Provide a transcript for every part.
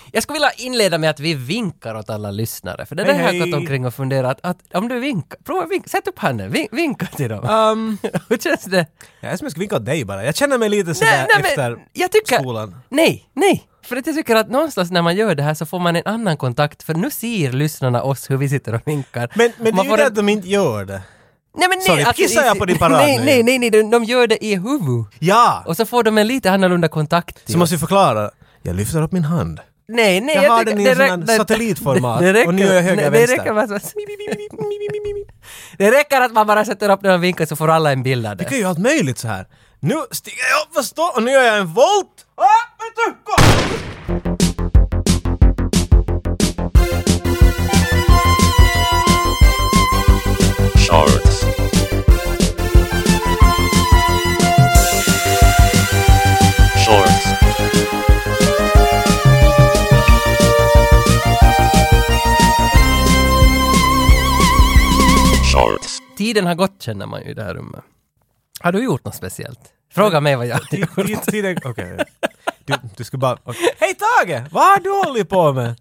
Jag skulle vilja inleda med att vi vinkar åt alla lyssnare. För det där har jag gått omkring och funderat att om du vinkar, prova vinka, sätt upp handen, vinka till dem. Hur känns det? Jag ska vinka åt dig bara. Jag känner mig lite sådär efter skolan. Nej. För att jag tycker att någonstans när man gör det här så får man en annan kontakt. För nu ser lyssnarna oss hur vi sitter och vinkar. Men det är ju det att de inte gör det. Nej, kissar jag på din parad? Nej, de gör det i huvud. Ja! Och så får de en lite annorlunda kontakt. Så måste vi förklara. Jag lyfter upp min hand. Nej, jag har den i en sån satellitformat och nu är jag höger vänster. Det räcker att man bara sätter upp den och vinkar så får alla en bild av det. Det kan ju allt möjligt så här. Nu stiger jag upp, förstå, och nu gör jag en volt. Vet du, kom! Shorts. Tiden har gått känner man ju i det här rummet. Har du gjort något speciellt? Fråga mig vad jag har gjort. Tiden, okej. Du ska bara... Okay. Hej Tage! Vad har du hållit på med?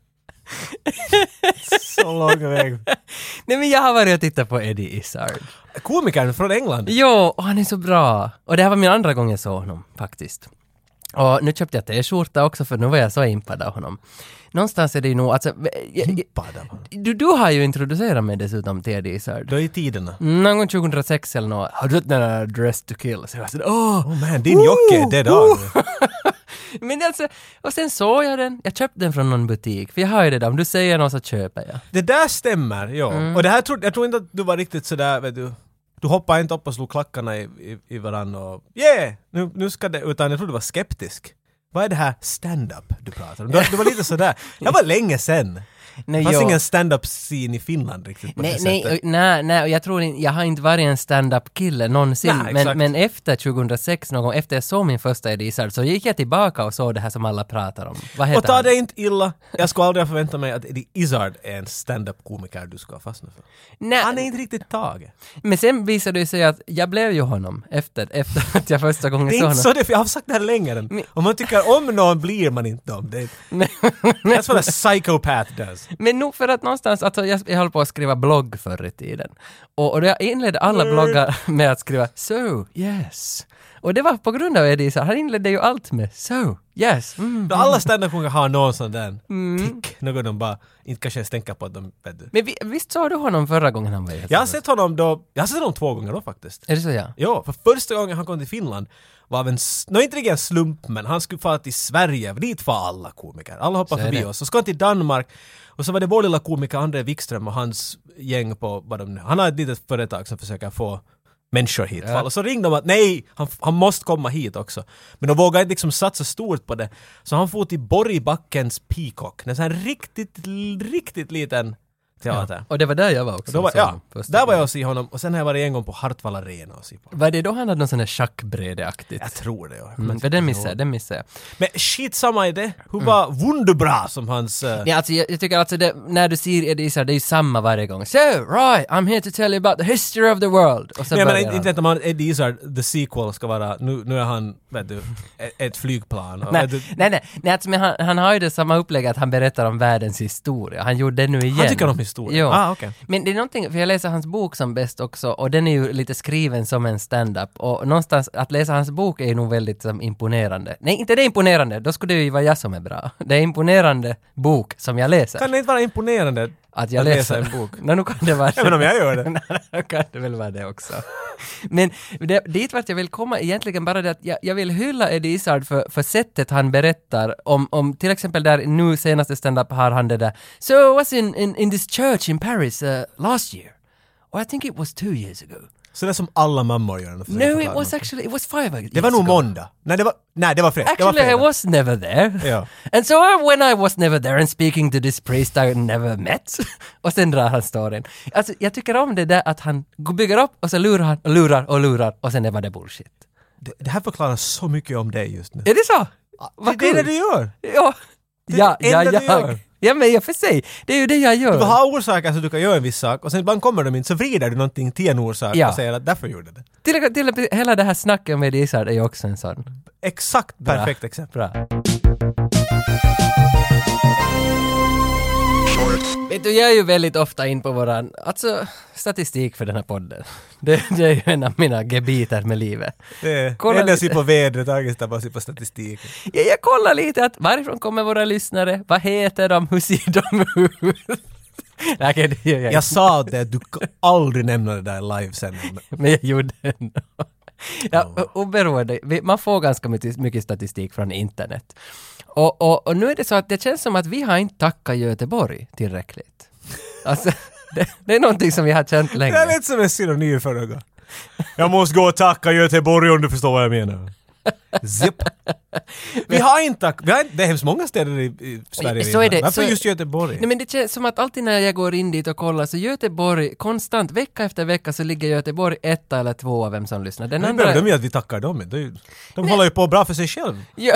Så lång väg. Nej men jag har varit och tittat på Eddie Izzard. Komikern från England. Jo, och han är så bra. Och det här var min andra gång jag såg honom faktiskt. Och nu köpte jag t-skjorta också för nu var jag så impad av honom. Någonstans är det ju nog... Alltså, du har ju introducerat mig dessutom till Eddie Izzard. Då är i tiderna. Någon gång 2006 eller något. Har du sett den här Dress to Kill? Så jag sa, oh man, din jocke är det dag. Men alltså, och sen såg jag den. Jag köpte den från någon butik. För jag har ju det där. Om du säger något så köper jag. Det där stämmer, ja. Och det här jag tror inte att du var riktigt sådär, vet du. Du hoppade inte upp och slog klackarna i varandra och nu ska det, utan jag tror du var skeptisk. Vad är det här stand-up du pratar om? Du var lite sådär. Det var länge sedan. Det fanns ingen stand-up-scene i Finland riktigt på det sättet. Nej, jag tror inte, jag har inte varit en stand-up-kille någonsin. Men efter 2006 någon gång, efter jag såg min första Eddie Izzard så gick jag tillbaka och såg det här som alla pratar om. Vad heter och ta han? det inte illa. Jag skulle aldrig förvänta mig att Eddie Izzard är en stand-up-komiker du ska fastna för. Nej. Han är inte riktigt taget. Men sen visade det sig att jag blev ju honom efter att jag första gången såg honom. Det är inte så, för jag har sagt det här längre. Om man tycker om någon blir man inte dem. That's what a psychopath does. Men nog för att någonstans, alltså jag höll på att skriva blogg förr i tiden. Och jag inledde alla bloggar med att skriva so, yes. Och det var på grund av Eddie Izzard. Han inledde ju allt med so, yes. Alla stand-up-komiker har någon sån där tick. Något de bara inte kanske ens tänker på att de... Men visst såg du honom förra gången han var i? Jag har sett honom 2 gånger då faktiskt. Är det så ja? Ja, för första gången han kom till Finland var inte riktigt en slump, men han skulle fara till Sverige. Dit var alla komiker. Alla hoppade förbi oss. Så ska han till Danmark. Och så var det vår lilla komiker André Wikström och hans gäng på vad de nu... Han har ett litet företag som försöker få människor hit. Ja. Och så ringde de att nej, han måste komma hit också. Men de vågade inte liksom satsa stort på det. Så han får till Borgbackens Peacock. En sån här riktigt liten teater. Ja. Och det var där jag var också. Där var jag och se honom. Och sen har jag varit en gång på Hartwall Arena och se på. Var det då han hade någon sån här schackbrädeaktigt? Jag tror det, ja. För den missade jag. Men shit, samma idé. Hur var wunderbra som hans... Ja, alltså, jag tycker alltså när du ser Eddie Izzard, det är ju samma varje gång. So, right, I'm here to tell you about the history of the world. Och så men inte att man Eddie Izzard, the sequel, ska vara... Nu är han, vet du, ett flygplan. Och, nej, alltså, men han har ju det samma upplägg att han berättar om världens historia. Han gjorde det nu igen. Han tycker om historia. Jo. Okay. Men det är någonting, för jag läser hans bok som bäst också, och den är ju lite skriven som en stand-up. Och någonstans, att läsa hans bok är ju nog väldigt imponerande. Nej, inte det är imponerande, då skulle det ju vara jag som är bra. Det är imponerande bok som jag läser. Kan det inte vara imponerande att jag läser en bok? Nu kan det vara även om jag gör det. Nu kan det väl vara det också. Men dit vart jag vill komma egentligen bara det att jag vill hylla Eddie Izzard för sättet han berättar om till exempel där nu senaste stand-up har han det där. So I was in this church in Paris last year. Or I think it was 2 years ago. Så det är som alla mammor gör. No, it was 5 years Det var nog måndag. Nej, det var fredag. Actually, I was never there. Ja. And so when I was never there and speaking to this priest I never met. Och sen drar han storyn. Alltså, jag tycker om det där att han bygger upp och så lurar han och lurar och sen var det bullshit. Det här förklarar så mycket om dig just nu. Är det så? Det är det du gör. Ja. Det är det du gör. Ja, men jag får säga, det är ju det jag gör. Du har orsaker så du kan göra en viss sak och sen ibland kommer de in så vrider du någonting till en orsak och säger att därför gjorde det. Till hela det här snacket med Izzard är ju också en sån. Exakt perfekt exempel. Bra. Vet du, jag är ju väldigt ofta in på våran, alltså statistik för den här podden. Det är ju en av mina gebiter med livet. Kolla lite. Ser på vädret, Agesta bara ser på statistik. Jag kollar lite att varifrån kommer våra lyssnare? Vad heter de? Hur ser de ut? Okay, det gör jag sa det, du kan aldrig nämna det där live sen. Men jag gjorde det ändå. Ja, oberoende, man får ganska mycket statistik från internet. Och nu är det så att det känns som att vi har inte tackat Göteborg tillräckligt. Alltså, det är någonting som vi har känt länge. Det är lite som en synonym för det. Jag måste gå och tacka Göteborg om du förstår vad jag menar. Zip. Vi har inte, det är hemskt många städer i Sverige. Så är det. Varför just Göteborg? Nej, men det känns som att alltid när jag går in dit och kollar så Göteborg, konstant, vecka efter vecka så ligger Göteborg 1 eller 2 av vem som lyssnar. Den andra... De är att vi tackar dem. De håller ju på bra för sig själv. Ja.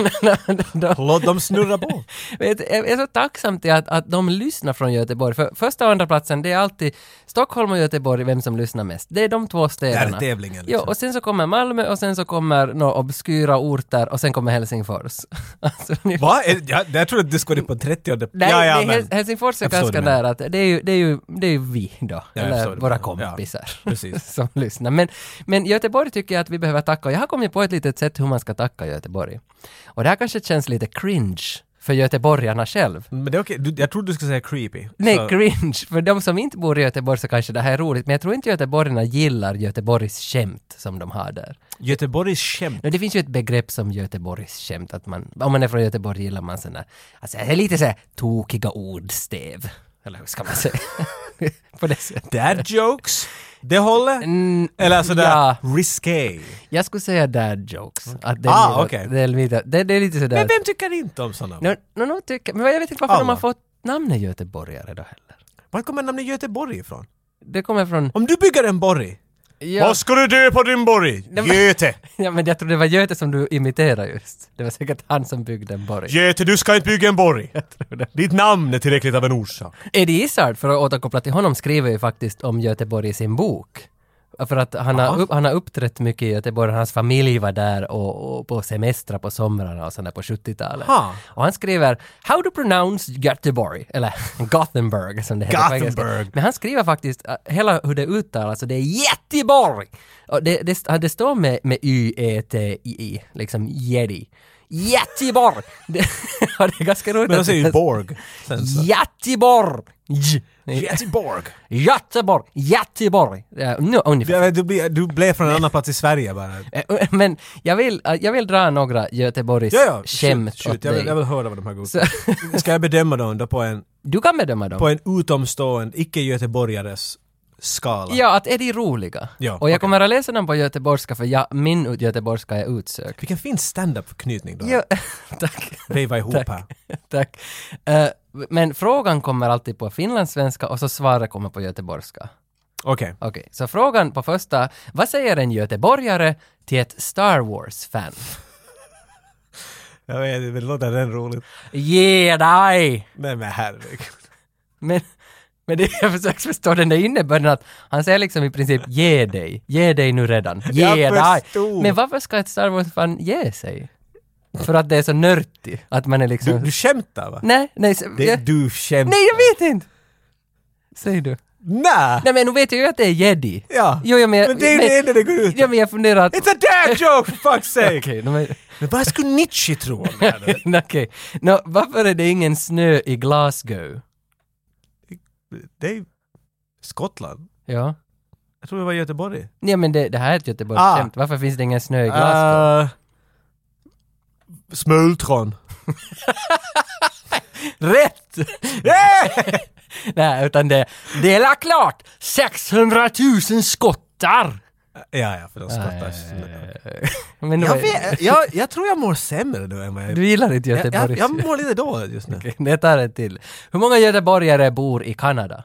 Låt dem snurra på. Jag är så tacksam till att de lyssnar från Göteborg. För första och andra platsen, det är alltid Stockholm och Göteborg, vem som lyssnar mest. Det är de 2 städerna. Det är tävlingen. Liksom. Ja, och sen så kommer Malmö och sen så kommer några obskyra orter och sen kommer Helsingfors. Alltså, va? Jag tror att du skulle på 30. Nej, Helsingfors är ganska nära. Det är ju vi då. Ja, eller våra kompisar precis. som lyssnar. Men Göteborg tycker jag att vi behöver tacka. Jag har kommit på ett litet sätt hur man ska tacka Göteborg. Och det här kanske känns lite cringe för göteborgarna själv. Men det är okej. Jag trodde du skulle säga creepy. Nej, så. Cringe. För de som inte bor i Göteborg så kanske det här är roligt. Men jag tror inte göteborgarna gillar Göteborgs skämt som de har där. Göteborgs skämt? Det finns ju ett begrepp som Göteborgs skämt. Att om man är från Göteborg gillar man sådana, alltså det är lite så här tokiga ordstäv. Eller hur ska man säga? På det sättet. Dad jokes? Det håller? Eller sådär risque? Jag skulle säga dad jokes. Att det okej. Det är lite sådär. Men vem tycker inte om sådana? Men jag vet inte varför de har fått namnet göteborgare då heller. Var kommer namnet Göteborg ifrån? Det kommer från... Om du bygger en borg, ja. vad ska du dö på din borg? Göte! Ja, men jag tror det var Göte som du imiterade just. Det var säkert han som byggde en borg. Göte, du ska inte bygga en borg. Jag tror det. Ditt namn är tillräckligt av en orsak. Eddie Izzard, för att återkoppla till honom, skriver ju faktiskt om Göteborg i sin bok. För att han har uppträtt mycket i Göteborg. Hans familj var där och på semestrar på somrarna och sådär på 70-talet. Och han skriver How to pronounce Göteborg, eller Gothenburg som det heter på engelska. Men han skriver faktiskt hela hur det uttalas, alltså det är Göteborg! Och det står med Y-E-T-I-I, liksom Jedi. Göteborg! Det är ganska roligt. Men de säger ju Borg. Göteborg! Göteborg. Du blev från en annan plats i Sverige bara. Men jag vill dra några Göteborgs skämt åt dig. Jag vill höra vad de här går. Ska jag bedöma dem då på en... Du kan bedöma dem. På en utomstående, icke-göteborgares skala. Ja, att är de roliga. Ja, och jag kommer att läsa dem på göteborgska för min göteborgska är utsökt. Vilken fin stand-up-förknytning då. Ja, tack. Veva ihop tack. här. Tack. Men frågan kommer alltid på finlandssvenska och så svaret kommer på göteborgska. Okej. Så frågan på första, vad säger en göteborgare till ett Star Wars-fan? Jag vet inte, det låter den roligt. Ge dig! Nej men herregud. Men det jag försöker förstå den där innebörden att han säger liksom i princip ge dig nu redan, ge dig. Men varför ska ett Star Wars-fan ge sig? För att det är så nörtigt, att man är liksom... Du skämtar va? Nej. Du skämtar. Nej, jag vet inte! Säg du. Nej, men nu vet jag ju att det är Jedi. Ja, men det är det enda det går ut. Ja, men jag funderar att... It's a dad joke, for fuck's sake! Okej, men vad skulle Nietzsche tro om det här? Okej. Varför är det ingen snö i Glasgow? Det är Skottland. Ja. Jag tror det var Göteborg. Ja, men det här är ett Göteborgsskämt. Varför finns det ingen snö i Glasgow? Smultron. Rätt! Nej, utan det är klart 600 000 skottar! Ja, för de skottar. Men jag tror jag mår sämre då än vad jag... Du gillar inte Göteborg. Jag mår lite dåligt just nu. Okay, det tar ett till. Hur många göteborgare bor i Kanada?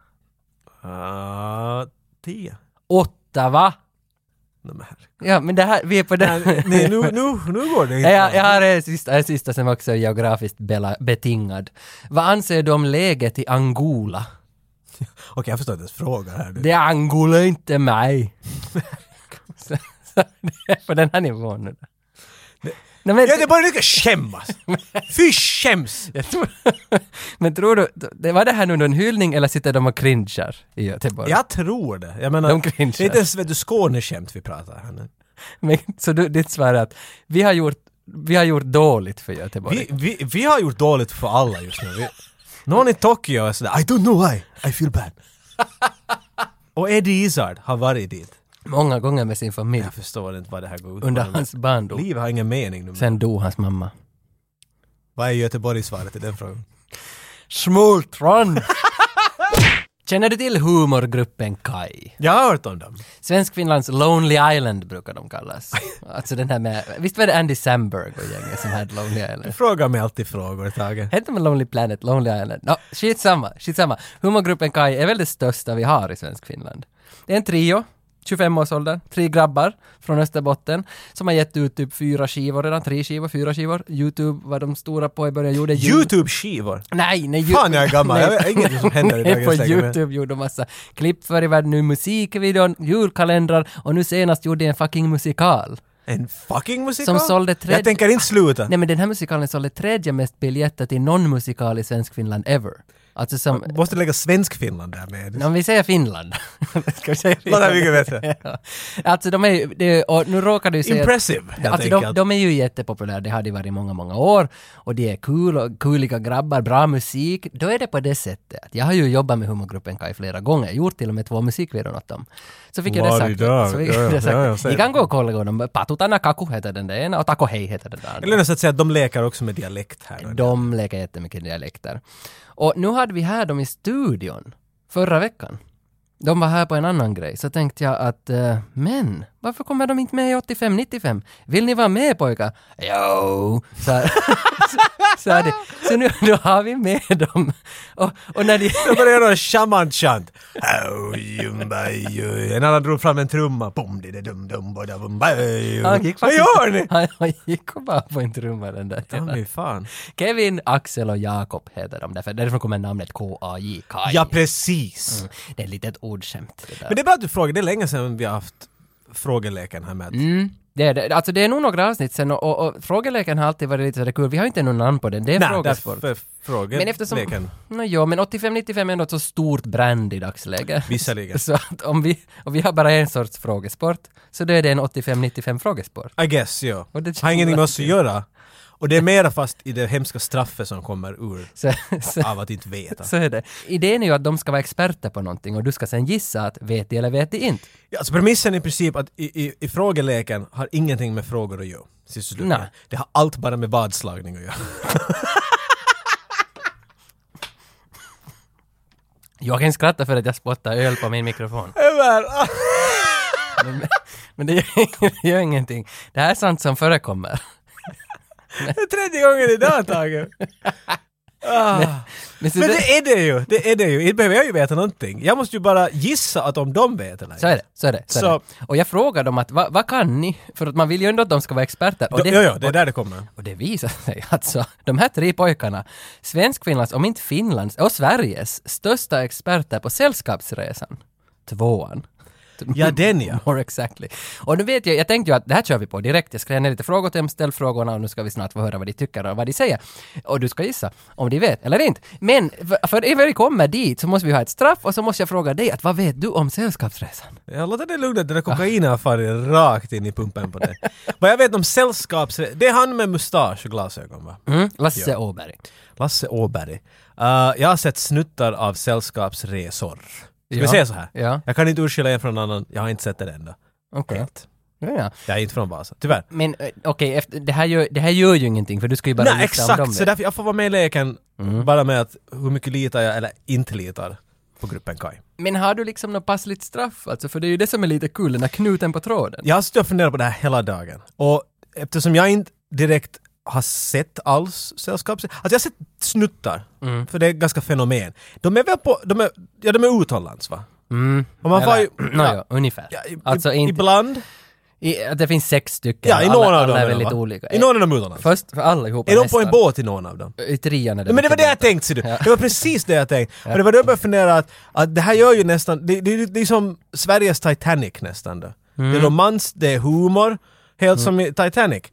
10. 8, va? Ja, men det här, vi är på den. Nej, nu går det inte. Jag har en sista som också är geografiskt betingad. Vad anser du om läget i Angola? Okej, jag förstår inte ens frågan här. Det är Angola, inte mig. På den här nivån nu. Nej, men, Göteborg ska skämmas. Fy skäms! Men tror du, det var det här nu en hyllning eller sitter de och cringear i Göteborg? Jag tror det. Jag menar, De cringear. det är inte ens vet du, Skåneskämt vi pratar här nu. Men, så ditt svar är att vi har gjort dåligt för Göteborg. Vi har gjort dåligt för alla just nu. Någon i Tokyo är sådär, I don't know why, I feel bad. Och Eddie Izzard har varit dit. Många gånger med sin familj. Jag förstår inte vad det här går ut Under på. hans barndom. Livet har ingen mening nu. Sen dog hans mamma. Vad är Göteborgs-svaret i den frågan? Smultron! Känner du till humorgruppen Kai? Jag har hört om dem. Svenskfinlands Lonely Island brukar de kallas. Alltså den här med... Visst var det Andy Samberg och gänget som hade Lonely Island? Du frågar mig alltid frågor, Tage. Hette de Lonely Planet, Lonely Island? No, skitsamma. Humorgruppen Kai är väl det största vi har i Svenskfinland. Det är en trio, 25-årsåldern, 3 grabbar från Österbotten som har gett ut typ 4 skivor redan, 3 skivor. YouTube var de stora på i början. Gjorde YouTube-skivor? Nej. Fan, jag är gammal. Jag vet inget som händer i Nej, dagens på läge. YouTube gjorde de massa klipp för i världen, nu musikvideon, julkalendrar och nu senast gjorde en fucking musikal. En fucking musikal? Som sålde Jag tänker inte sluta. Nej, men den här musikalen sålde 3:e mest biljetter till någon musikal i Svenskfinland ever. Alltså som... Måste lägga Svensk-Finland där med. Om vi säger Finland. Ska vi säga Finland? Låter mycket bättre. Ja. Alltså de är och nu råkar du säga... Impressive, helt alltså enkelt. de är ju jättepopulära, det har de varit i många år. Och de är kul och kuliga grabbar, bra musik. Då är det på det sättet att jag har ju jobbat med humorgruppen Kai flera gånger. Gjort till och med 2 musikvideor åt dem. Så fick jag det sagt. Ni kan gå och kolla dem. Patutana Kaku heter den där ena och Tako Hei heter den där. Eller så att säga att de leker också med dialekt här. De leker jättemycket dialekter. Och nu hade vi här dem i studion förra veckan. De var här på en annan grej. Så tänkte jag att, men varför kommer de inte med i 85-95? Vill ni vara med pojkar? Jo! Så nu har vi med dem. Och när de... De började göra en shaman-chant. En annan drog fram en trumma. Han gick Vad gör ni? Han gick och bara på en trumma den där. Ja, men fan. Kevin, Axel och Jakob heter de. Därför kommer namnet K-A-J. Kai. Ja, precis. Det är ett litet ordskämt. Det där. Men det är bra att du frågar. Det är länge sedan vi har haft frågeleken här med. Det är det. Alltså det är nog några avsnitt sen och frågeleken har alltid varit lite så kul. Vi har inte någon namn på den. Det är frågesport. Men eftersom... men 85-95 är ändå ett så stort brand i dagsläget. Visserligen. Så att om vi har bara en sorts frågesport så då är det en 85-95 frågesport. I guess, ja. Och det har ingenting med oss att göra. Och det är mera fast i det hemska straffet som kommer ur av att inte veta. Så är det. Idén är ju att de ska vara experter på någonting och du ska sen gissa att vet de eller vet de inte. Ja, alltså premissen i princip att i frågeleken har ingenting med frågor att göra. Nej. Det har allt bara med vadslagning att göra. Jag kan skratta för att jag spottar öl på min mikrofon. men det gör ingenting. Det här är sånt som förekommer. Det är 30 gånger idag, Tage. Men det är det ju. Inte behöver jag ju veta någonting. Jag måste ju bara gissa att om de vet eller inte. Så är det. Och jag frågar dem att vad kan ni? För att man vill ju ändå att de ska vara experter. Och det är där det kommer. Och det visar sig alltså, de här 3 pojkarna, Svenskfinlands, om inte Finlands, och Sveriges största experter på Sällskapsresan. 2:an. Ja, den ja. More exactly. Och nu vet jag tänkte ju att det här kör vi på direkt. Jag skrev ner lite frågor till dem, ställ frågorna och nu ska vi snart få höra vad de tycker och vad de säger. Och du ska gissa om de vet eller inte. Men för när vi kommer dit så måste vi ha ett straff och så måste jag fråga dig att vad vet du om Sällskapsresan? Jag låter det lugna, den där kokainen har farit rakt in i pumpen på dig. Vad jag vet om Sällskapsresan, det är han med mustasch och glasögon va? Lasse Åberg. Lasse Åberg. Jag har sett snuttar av Sällskapsresor. Ska vi säga så här? Ja. Jag kan inte urskilja en från annan. Jag har inte sett det ända. Okej. Ja. Jag är inte från Vasa, tyvärr. Men okej, det här gör ju ingenting för du ska ju bara gissa om dem. Så därför jag får vara med i leken bara med att hur mycket litar jag eller inte litar på gruppen Kai. Men har du liksom något passligt straff? Alltså, för det är ju det som är lite kul, den här knuten på tråden. Jag har stått och funderat på det här hela dagen. Och eftersom jag inte direkt har sett alls sällskaps... Alltså jag har sett snuttar, för det är ganska fenomen. De är väl på... De är utomlands va? Och man får ju... ungefär. Ja, alltså ibland... det finns 6 stycken. Ja, i någon av dem. Alla är väldigt olika. I någon av dem utomlands. Först för allihopa. Är de på en båt i någon av dem? I 3:an är det. Men det var det jag tänkte, du. Ja. Det var precis det jag tänkte. Och det var då jag började fundera att det här gör ju nästan... Det är som Sveriges Titanic nästan då. Det är romans, det är humor, helt som i Titanic.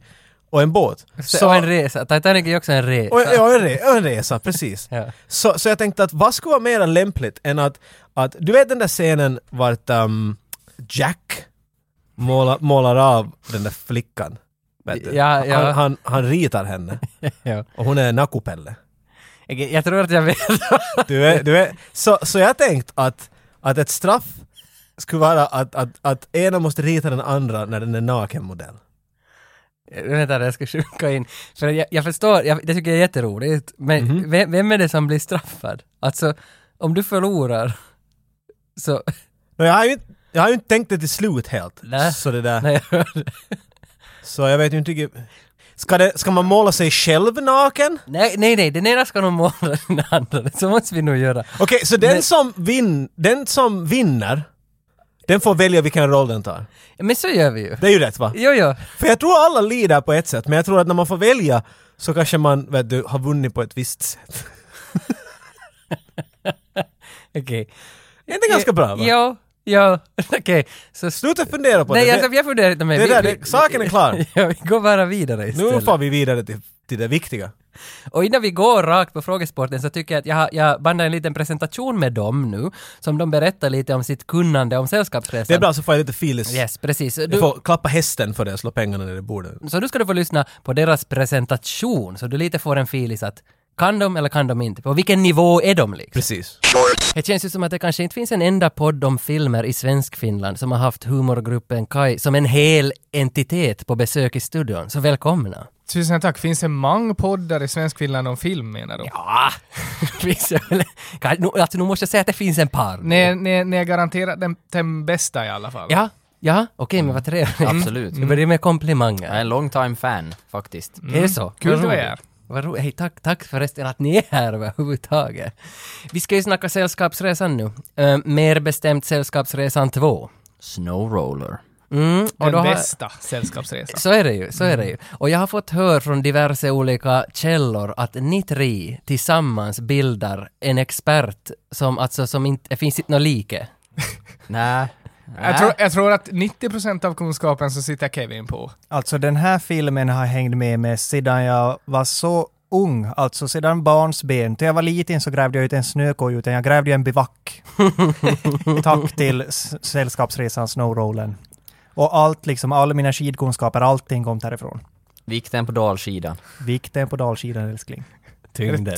och en båt. Och en resa. Titanic är ju också en resa. Och en resa, precis. Ja. Så jag tänkte att vad skulle vara mer lämpligt än att du vet den där scenen vart Jack målar av den där flickan. Vet du? Ja. Han ritar henne. Ja. Och hon är nakupelle. Jag tror att jag vet. Du vet. Så jag tänkte att ett straff skulle vara att ena måste rita den andra när den är nakenmodell. Vänta, jag ska sjunka in. För jag förstår, det tycker jag är jätteroligt. Men vem är det som blir straffad? Alltså, om du förlorar så... No, jag har ju inte tänkt det till slut helt. Nej. Så det där. Nej, jag hör det. Så jag vet ju inte riktigt... Ska man måla sig själv naken? Nej, den ena ska nog måla den andra. Så måste vi nog göra. Okej, så den som vinner, den får välja vilken roll den tar. Men så gör vi ju. Det är ju rätt, va? Jo. För jag tror alla lider på ett sätt, men jag tror att när man får välja så kanske man har vunnit på ett visst sätt. Okej. Det är inte ganska bra, va? Ja, okej. Så sluta fundera på nej, det. Alltså, jag funderar inte med... Saken är klar. Ja, vi går bara vidare istället. Nu får vi vidare till det viktiga. Och innan vi går rakt på frågesporten så tycker jag att jag bandar en liten presentation med dem nu, som de berättar lite om sitt kunnande om sällskapsresan. Det är bra, så får jag lite filis. Yes, precis. Du får klappa hästen för det och slå pengarna ner i bordet. Så du ska få lyssna på deras presentation, så du lite får en filis att kan de eller kan de inte? På vilken nivå är de liksom? Precis. Det känns ju som att det kanske inte finns en enda podd om filmer i Svenskfinland som har haft humorgruppen Kai som en hel entitet på besök i studion. Så välkomna! Tusen tack. Finns det många poddar i Svenskfinland om film, menar du? Ja, finns det väl. Alltså, nu måste jag säga att det finns en par. Ni är garanterat den bästa i alla fall. Ja, okej, men vad trevligt. Absolut. Nu blir det med komplimanger. Jag är en long time fan, faktiskt. Är det så? Kul Vad du roligt. är. Vad roligt. Hej, tack förresten att ni är här överhuvudtaget. Vi ska ju snacka Sällskapsresan nu. Mer bestämt Sällskapsresan 2. Snow Roller. Och Den bästa sällskapsresan. Så är det ju. Och jag har fått höra från diverse olika källor att ni tre tillsammans bildar en expert som inte finns inte något like. Nej. Jag tror att 90% av kunskapen så sitter Kevin på. Alltså den här filmen har hängt med mig sedan jag var så ung, alltså sedan barnsben. När jag var liten så grävde jag ut en snökoj, utan jag grävde en bivack. Tack till Sällskapsresan Snowrollen. Och all mina skidkunskaper, allting kom därifrån. Vikten på dalskidan. Vikten på dalskidan, älskling. Tyngden.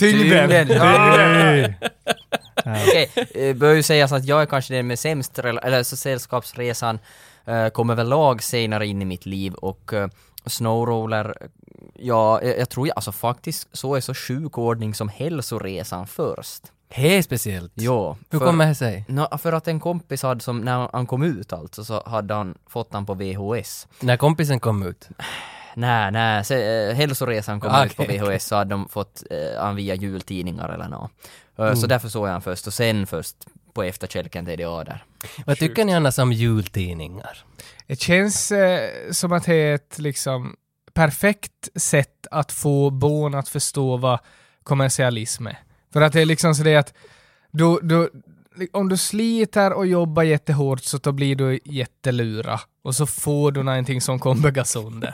Okej, bör ju sägas att jag är kanske den med sämst eller så Sällskapsresan kommer väl lag senare in i mitt liv, och Snowroller, ja, jag tror alltså faktiskt så är så sjuk ordning som Hälsoresan först. Det är speciellt. Jo. Hur kommer det sig? För att en kompis hade, som när han kom ut alltså, så hade han fått han på VHS. När kompisen kom ut? Nej, Hälsoresan kom ut på VHS, så hade de fått han via jultidningar eller något. Så därför såg jag han först, och sen först på efterkälken TDA där. Vad tycker ni annars om jultidningar? Det känns som att det är ett liksom perfekt sätt att få barn att förstå vad kommersialism är. För att det är liksom så det att om du sliter och jobbar jättehårt, så då blir du jättelura. Och så får du någonting som kommer gasonder.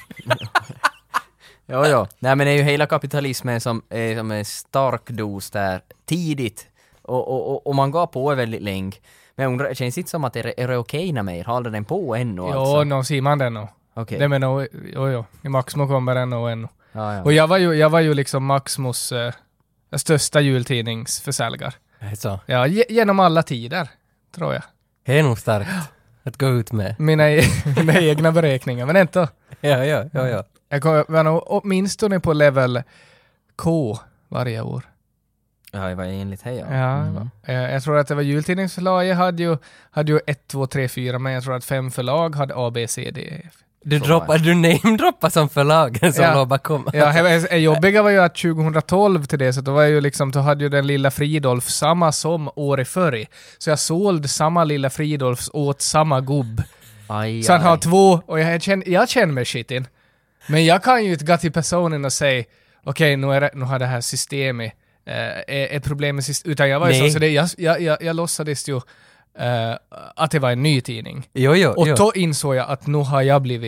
Ja. Nej, men det är ju hela kapitalismen som är en stark dos där tidigt. Och man går på väldigt länge. Men jag undrar, det känns inte som att är det okej när mig? Håller den på ännu alltså? Ja, no, ser man den nog. Okej. Det menar, jo. I Maxmo kommer den nog ännu. Ja. Och jag var ju liksom Maxmos största jultidningsförsäljare. Så. Ja, genom alla tider, tror jag. Det är nog starkt att gå ut med. Mina egna beräkningar, men inte. Ja. Jag var nog åtminstone på level K varje år. Ja, det var enligt här, ja. Jag tror att det var jultidningsförlag. Hade ju 1, 2, 3, 4, men jag tror att 5 förlag hade A, B, C, D, E, F. Du namedroppar som förlagen som låg bakom. Ja, jobbiga var ju att 2012 till det, så då hade ju den lilla Fridolf samma som året förr. Så jag sålde samma lilla Fridolfs åt samma gubb. Så han har 2, och jag känner mig shitin. Men jag kan ju inte gå till personen och säga okej, nu har det här systemet ett problem med systemet. Utan jag var ju så det jag låtsades ju att det var en ny tidning. Jo. Och då insåg jag att nu har jag blivit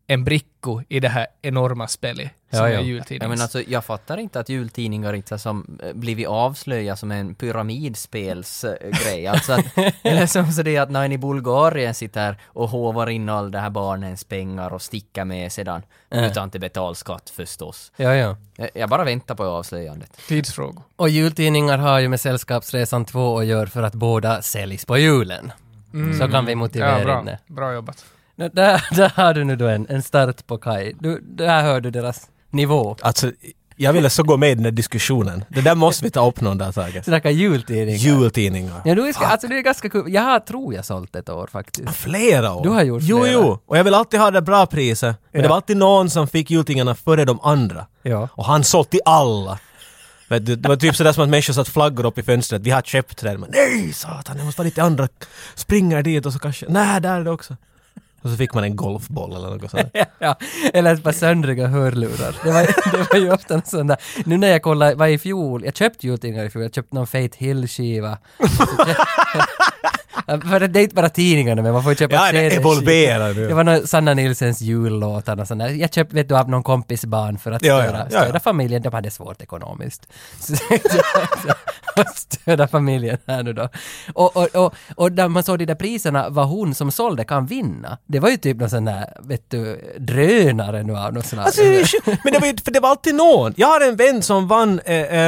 en bricko i det här enorma spelet som är jultidnings. Men alltså, jag fattar inte att jultidningar inte som blivit avslöjade som en pyramidspelsgrej. Alltså att, eller som så det att när en i Bulgarien sitter och hovar in all det här barnens pengar och stickar med sedan utan till betalskatt förstås. Ja. Jag bara väntar på avslöjandet. Tidsfrågor. Och jultidningar har ju med Sällskapsresan 2 att göra för att båda säljs på julen. Så kan vi motivera det. Bra jobbat. Där har du nu då en start på Kai. Där hör du deras nivå. Alltså, jag ville så gå med i den här diskussionen. Det där måste vi ta upp någon dag, Tage. Snacka jultidningar. Jultidningar. Ja, alltså det är ganska kul. Jag tror jag sålt ett år faktiskt. Flera år. Du har gjort flera. Jo. Och jag vill alltid ha det bra priset. Men det var alltid någon som fick jultidningarna före de andra. Ja. Och han sålt till alla. Det var typ sådär som att människor satt flaggor upp i fönstret. Vi har köpt det. Men nej, satan, det måste vara lite andra. Springer dit och så kanske... Nej, där är det också. Och så fick man en golfboll eller något sånt. Ja, eller ett par söndriga hörlurar. Det var ju ofta en sån där... Nu när jag kollade, var i fjol, jag köpte jultidningar i fjol, jag köpte någon Faith Hill-skiva. För det är inte bara tidningarna, men man får köpa ja, det evolverar nu. Det var någon Sanna Nilsens jullåtar och sånt där. Jag köpte, vet du, av någon kompis barn för att stöda familjen. De hade svårt ekonomiskt. Stöda familjen här nu då. Och där man såg de där priserna, vad hon som sålde kan vinna. Det var ju typ någon sån där, vet du, drönare nu av något sånt. Alltså, men det var alltid någon. Jag har en vän som vann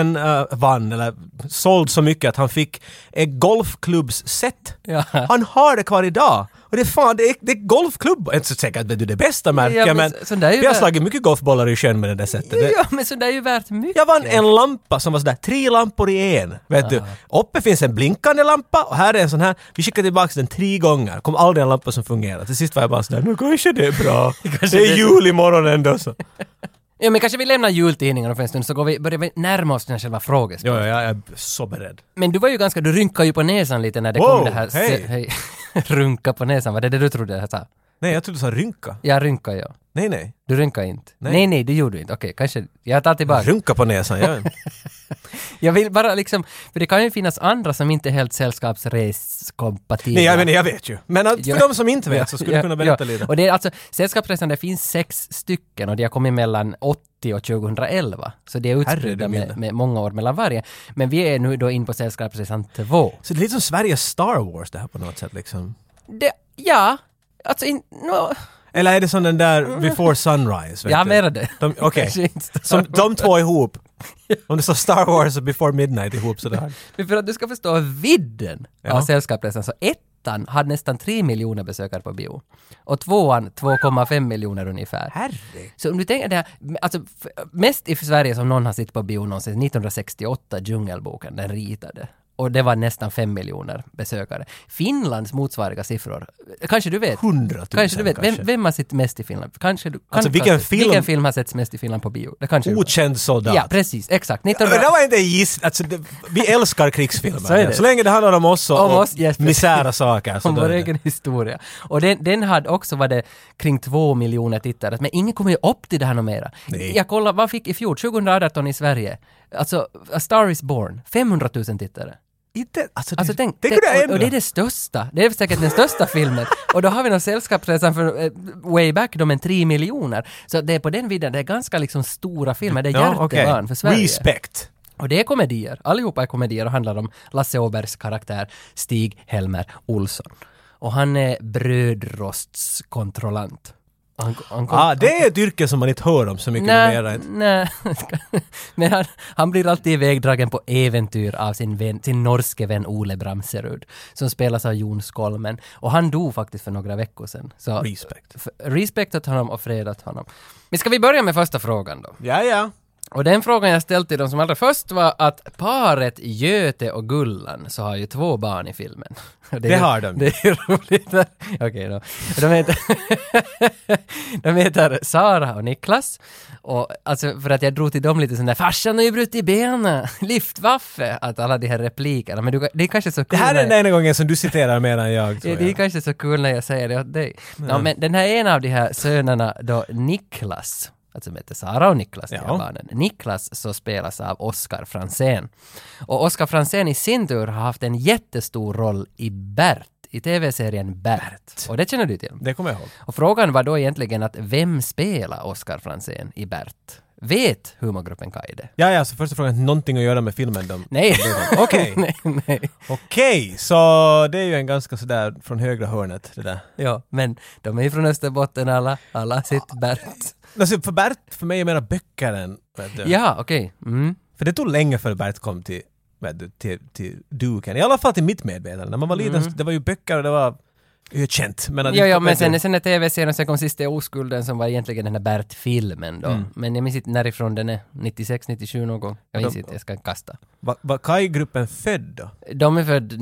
eller såld så mycket att han fick ett golfklubbsset. Ja. Han har det kvar idag. Och det är golfklubb. Jag är inte så säker att det är det bästa märket, men vi har slagit mycket golfbollar i sjön med det där sättet. Ja, men så det är ju värt mycket. Jag vann en lampa som var sådär 3 lampor i en. Vet du, uppe finns en blinkande lampa och här är en sån här. Vi skickade tillbaka den 3 gånger. Kom aldrig en lampa som fungerar. Till sist var jag bara sådär, nu kanske det är bra. Det är jul imorgon ändå så. Ja, men kanske vi lämnar jultidningarna för en stund så börjar vi närma oss den här själva frågestunden. Ja, jag är så beredd. Men du rynkade ju på näsan lite när det kom det här... Hej! Runka på näsan, var det du trodde jag sa? Nej, jag trodde du sa rynka. Ja, rynka, ja. Nej. Du rynkar inte? Nej, det gjorde du inte. Okej, kanske... Jag tar tillbaka. Runka på näsan, ja. Jag vill bara liksom... För det kan ju finnas andra som inte är helt sällskapsreskompatibla. Nej, jag vet ju. Men för de som inte vet så skulle du kunna berätta lite. Och det är alltså... Sällskapsresan, det finns 6 stycken och de har kommit mellan 80 och 2011. Så det är utspridda med många år mellan varje. Men vi är nu då in på Sällskapsresan 2. Så det är lite som Sveriges Star Wars det här på något sätt liksom. Ja. Alltså... Eller är det som den där Before Sunrise? Ja, mer det. Okej. Som de två ihop. Om det står Star Wars och Before Midnight ihop sådär. Men för att du ska förstå vidden av Sällskapsresan så 1:an hade nästan 3 miljoner besökare på bio. Och 2:an 2,5 miljoner ungefär. Herregud. Så om du tänker det här, alltså mest i Sverige som någon har sett på bio någonsin, 1968, Djungelboken, den ritade. Och det var nästan 5 miljoner besökare. Finlands motsvariga siffror. Kanske du vet. 100 000 kanske du vet. Vem har sett mest i Finland? Vilken film har sett mest i Finland på bio? Det kanske Okänd soldat. Ja, precis. Exakt. Det var inte alltså, vi älskar krigsfilmer. Så länge det handlar om oss och misära saker. Om vår egen historia. Och den hade också varit kring 2 miljoner tittare. Men ingen kommer ju upp till det här något mera. Jag kollade, vad fick i fjol? 2018 i Sverige. Alltså, A Star is Born. 500 000 tittare. Tänk, och det är det största. Det är säkert den största filmen. Och då har vi någon Sällskapsresan för way back, de är 3 miljoner. Så det är på den vidden, det är ganska liksom stora filmer. Det är hjärtebarn för Sverige. Respect. Och det är komedier. Allihopa är komedier och handlar om Lasse Åbergs karaktär Stig-Helmer Olsson. Och han är brödrostskontrollant. Det är ett yrke som man inte hör om så mycket mer. Nej, men han blir alltid ivägdragen på äventyr av sin norske vän Ole Bramserud, som spelas av Jon Skolmen. Och han dog faktiskt för några veckor sedan. Så respekt åt honom och fred åt honom. Men ska vi börja med första frågan då? Ja. Och den frågan jag ställt till dem som allra först var att paret Göte och Gullan så har ju 2 barn i filmen. Det har de. Det är roligt. Okej då. De heter Sara och Niklas. Och alltså för att jag drog till dem lite sån där, farsan har ju brutit benen, liftwaffe, att alla de här replikerna. Men det är kanske så kul. Det här är den enda gången som du citerar mer än jag. Det är kanske så kul när jag säger det åt dig. Ja, men den här ena av de här sönerna då, Niklas, alltså som heter Sara och Niklas, de här barnen. Niklas så spelas av Oscar Franzén. Och Oscar Franzén i sin tur har haft en jättestor roll i Bert i tv-serien Bert. Och det känner du till. Det kommer jag ihåg. Och frågan var då egentligen att vem spelar Oscar Franzén i Bert? Vet humorgruppen Kaj det? Ja, så första frågan har någonting att göra med filmen. Nej. Okej. nej. Okej, så det är ju en ganska sådär från högra hörnet det där. Ja, men de är ju från Österbotten alla har sett Bert. Alltså, för Bert, för mig är mera böcker än, vet du. Ja, okej. Mm. För det tog länge för Bert kom till, vet du, till duken. I alla fall till mitt medvetande. När man var liten, det var ju böcker och det var känt. Men Men sen är tv-serien, sen kom Sista oskulden som var egentligen den här Bert-filmen då. Men jag minns inte närifrån den är 96, 97 någon gång. Jag minns inte, jag ska kasta. Var Kaj-gruppen född då? De är född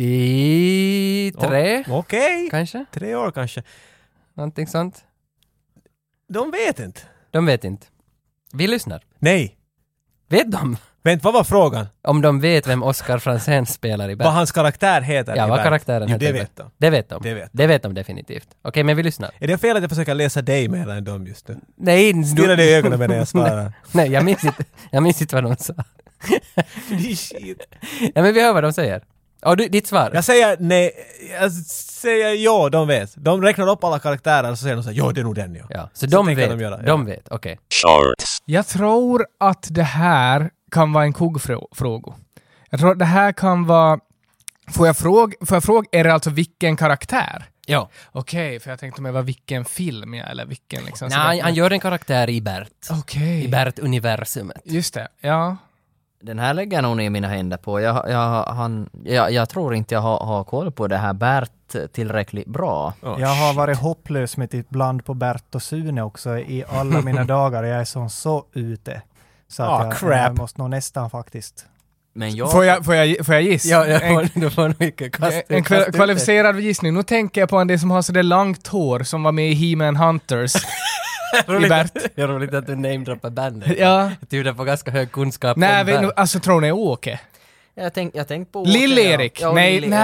93, Okej. kanske? 3 år kanske. Någonting sånt. De vet inte. De vet inte. Vi lyssnar. Nej. Vet de? Vänt, vad var frågan? Om de vet vem Oscar Franzén spelar i Bert. Vad hans karaktär heter Ja, i vad Bert. karaktären Jo, heter. det i vet Bert. de. Det vet de. Det vet de. Det vet de definitivt. Okej, men vi lyssnar. Är det fel att jag försöker läsa dig mer än dem just nu? Nej, Stirra dig i ögonen medan jag svarar. Nej, jag minns inte vad de sa. Det är shit. Ja, men vi hör vad de säger. Och ditt svar? Jag säger nej, jag säger ja, de vet. De räknar upp alla karaktärer och så säger de så här, ja, det är nog den, ja. Ja, så Så de tänker vet. de göra, ja. De vet, okej. Shorts. Jag tror att det här kan vara en kuggfråga. Jag tror att det här kan vara... Får jag fråga, är det alltså vilken karaktär? Ja. Okej, för jag tänkte om det var vilken film, ja, eller vilken liksom... Nej, han gör en karaktär i Bert. Okej. I Bert-universumet. Just det, ja. Den här lägger jag nog ner mina händer på. Jag tror inte jag har koll på det här Bert tillräckligt bra. Jag har varit hopplös med ibland på Bert och Sune också i alla mina dagar. Jag är så ute. Så att jag måste nog nästan faktiskt. Men jag... Får jag gissa? Ja, du får nog inte kasta. En kvalificerad gissning. Nu tänker jag på en del som har så det långt hår som var med i He-Man Hunters. I Bert. Det är roligt att du namedroppar bandet. Ja. Jag tyder på ganska hög kunskap Nej, om Bert. alltså tror ni Åke? Jag tänkte på... Lill-Erik? Ja, Nej. Han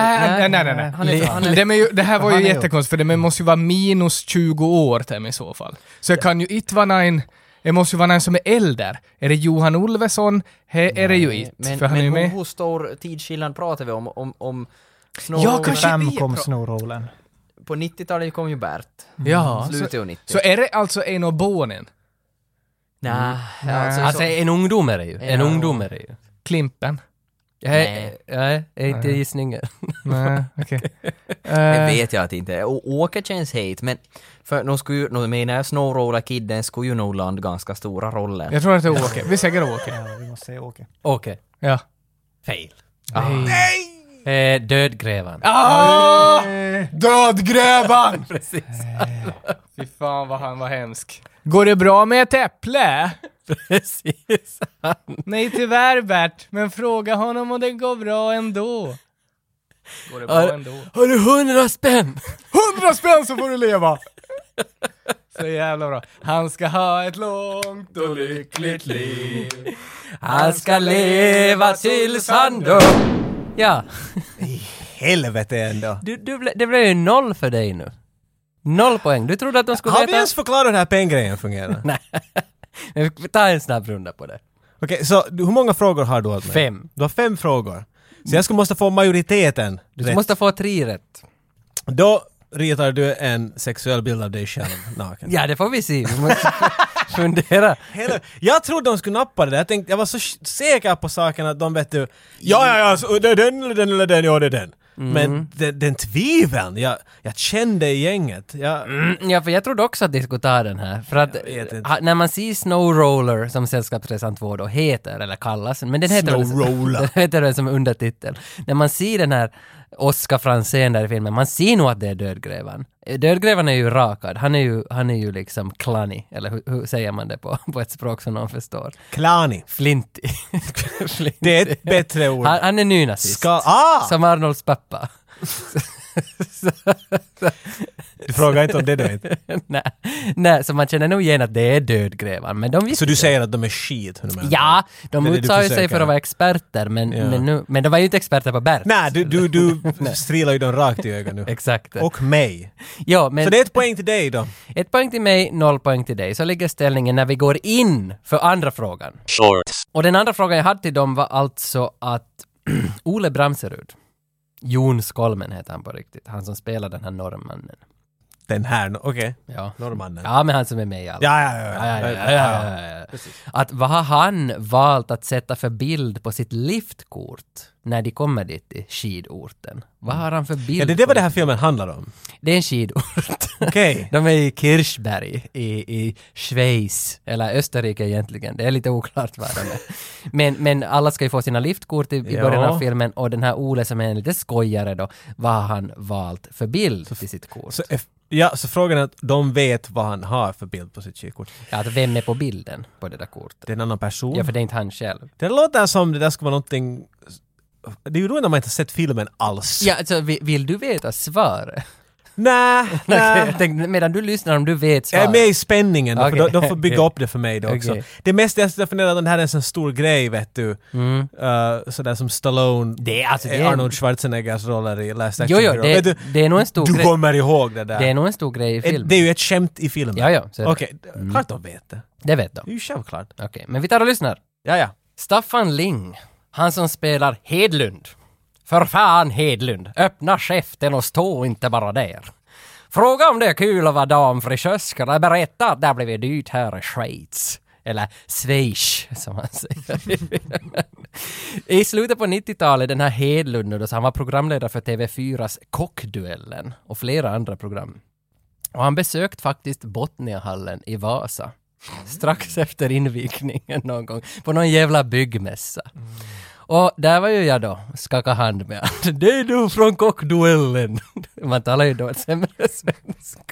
Det här var ju jättekonstigt, för det måste ju vara minus 20 år till mig i så fall. Så jag kan ju inte vara en... Det måste ju vara någon som är äldre. Är det Johan Olvesson? Är det ju inte. För han är ju med. Hur stor tidsskillnad pratar vi om Ja, kanske 85 kom Snorrollen. På 90-talet kom ju Bert. Ja, Slutet av 90. så är det alltså en av barnen? Nej. Alltså en ungdom är det ju. En Ja. ungdom är det ju. Klimpen? Nej, är inte gissningen. Nej, okej. Det vet jag att inte är. Åke känns het, men för nu menar jag Snowroller-kidden skulle ju nog landa ganska stora roller. Jag tror att det är Åke. Vi säger Åke. Ja, vi måste säga Åke. Okej. Ja. Fail. Nej! Dödgrävan. Dödgrävan! Precis. Fy fan vad han var hemsk. Går det bra med ett äpple? Precis. Nej tyvärr Bert, men fråga honom om det går bra ändå. Går det bra ändå? Har du 100 spänn? 100 spänn så får du leva! Så jävla bra. Han ska ha ett långt och lyckligt liv. Han ska leva tills han dör. Ja. Helvete ändå. Det blev ju 0 för dig nu. 0 poäng. Du trodde att de skulle Har vi veta... ens förklarat hur den här penggrejen fungerar? Nej. Men vi tar en snabb runda på det. Okej, så hur många frågor har du åt mig? 5. Du har 5 frågor. Så jag måste få majoriteten Du rätt. måste få 3 rätt. Då ritar du en sexuell bild av dig själv naken. Ja, det får vi se. Vi måste fundera. Jag trodde de skulle nappa det där. Jag var så säker på saken att de vet du, ja, så det är den eller den, ja det är den. Men den tviveln, jag kände i gänget. Ja, för jag trodde också att de skulle ta den här. För att när man ser Snowroller som Sällskapsresan 2 då heter, eller kallas, men den heter Snowroller. Den heter den som undertitel. När man ser den här Oscar Franzén där i filmen, man ser nog att det är Dödgrävan. Dödgrävan är ju rakad, han är ju liksom klanny, eller hur säger man det på ett språk som någon förstår? Klani. Flinty. Det är ett bättre ord. Han är nynazist. Som Arnolds pappa. Du frågar inte om det då inte. Nej, så man känner nog igen att det är Dödgrävan, men de visste Så du det. säger att de är skit? Ja, de det utsa ju sig försöker. för att vara experter, men de var ju inte experter på Bert. Nej, du strilar ju dem rakt i ögonen nu. Exakt. Och mig. Ja, men Så det är 1 poäng till dig då. 1 poäng till mig, 0 poäng till dig. Så ligger ställningen när vi går in för andra frågan. Shorts. Och den andra frågan jag hade till dem var alltså att Ole Bramserud, Jon Skolmen heter han på riktigt. Han som spelar den här norrmannen. Den här, okej. Ja. Norrmannen. Ja, men han som är med i allt. Ja. Att vad har han valt att sätta för bild på sitt liftkort när de kommer dit till skidorten? Vad har han för bild? Ja, det är vad det här filmen handlar om. Det är en skidort. Okej. De är i Kirchberg i Schweiz, eller Österrike egentligen. Det är lite oklart vad de är. Men alla ska ju få sina liftkort i början av filmen, och den här Ole som är en lite skojare då, vad har han valt för bild till sitt kort? Så frågan är att de vet vad han har för bild på sitt kikort. Ja, att vem är på bilden på det där kortet? Det är en annan person. Ja, för det är inte han själv. Det låter som det där ska vara någonting... Det är ju då när man inte har sett filmen alls. Ja, alltså vill du veta svaret? Nej. Jag tänkte, medan du lyssnar, om du vet svaret. Jag är med i spänningen, då, Okay. för de får bygga upp det för mig då också. Okay. Det mest jag funderar att det här är en sån stor grej, vet du. Sådär som Stallone, Det är Arnold Schwarzeneggers roller i Last Action Hero. Det är nog en stor Du grej. kommer ihåg det där. Det är nog en stor grej i filmen. Det är ju ett skämt i filmen. Ja, så är det. Okej, klart de vet det. Det vet de. Det är ju självklart. Okej, men vi tar och lyssnar. Ja. Staffan Ling, han som spelar Hedlund. För fan Hedlund, öppna käften och stå inte bara där. Fråga om det är kul att vara damfrisörska, eller berätta att det har blivit dyrt här i Schweiz. Eller Schweiz, som man säger. I slutet på 90-talet, den här Hedlund, då, så han var programledare för TV4s Kockduellen och flera andra program. Och han besökt faktiskt Botniahallen i Vasa. Strax efter invigningen någon gång. På någon jävla byggmässa. Och där var ju jag då, skaka hand med han. Det är du från Kockduellen. Man talar ju då ett sämre svenska.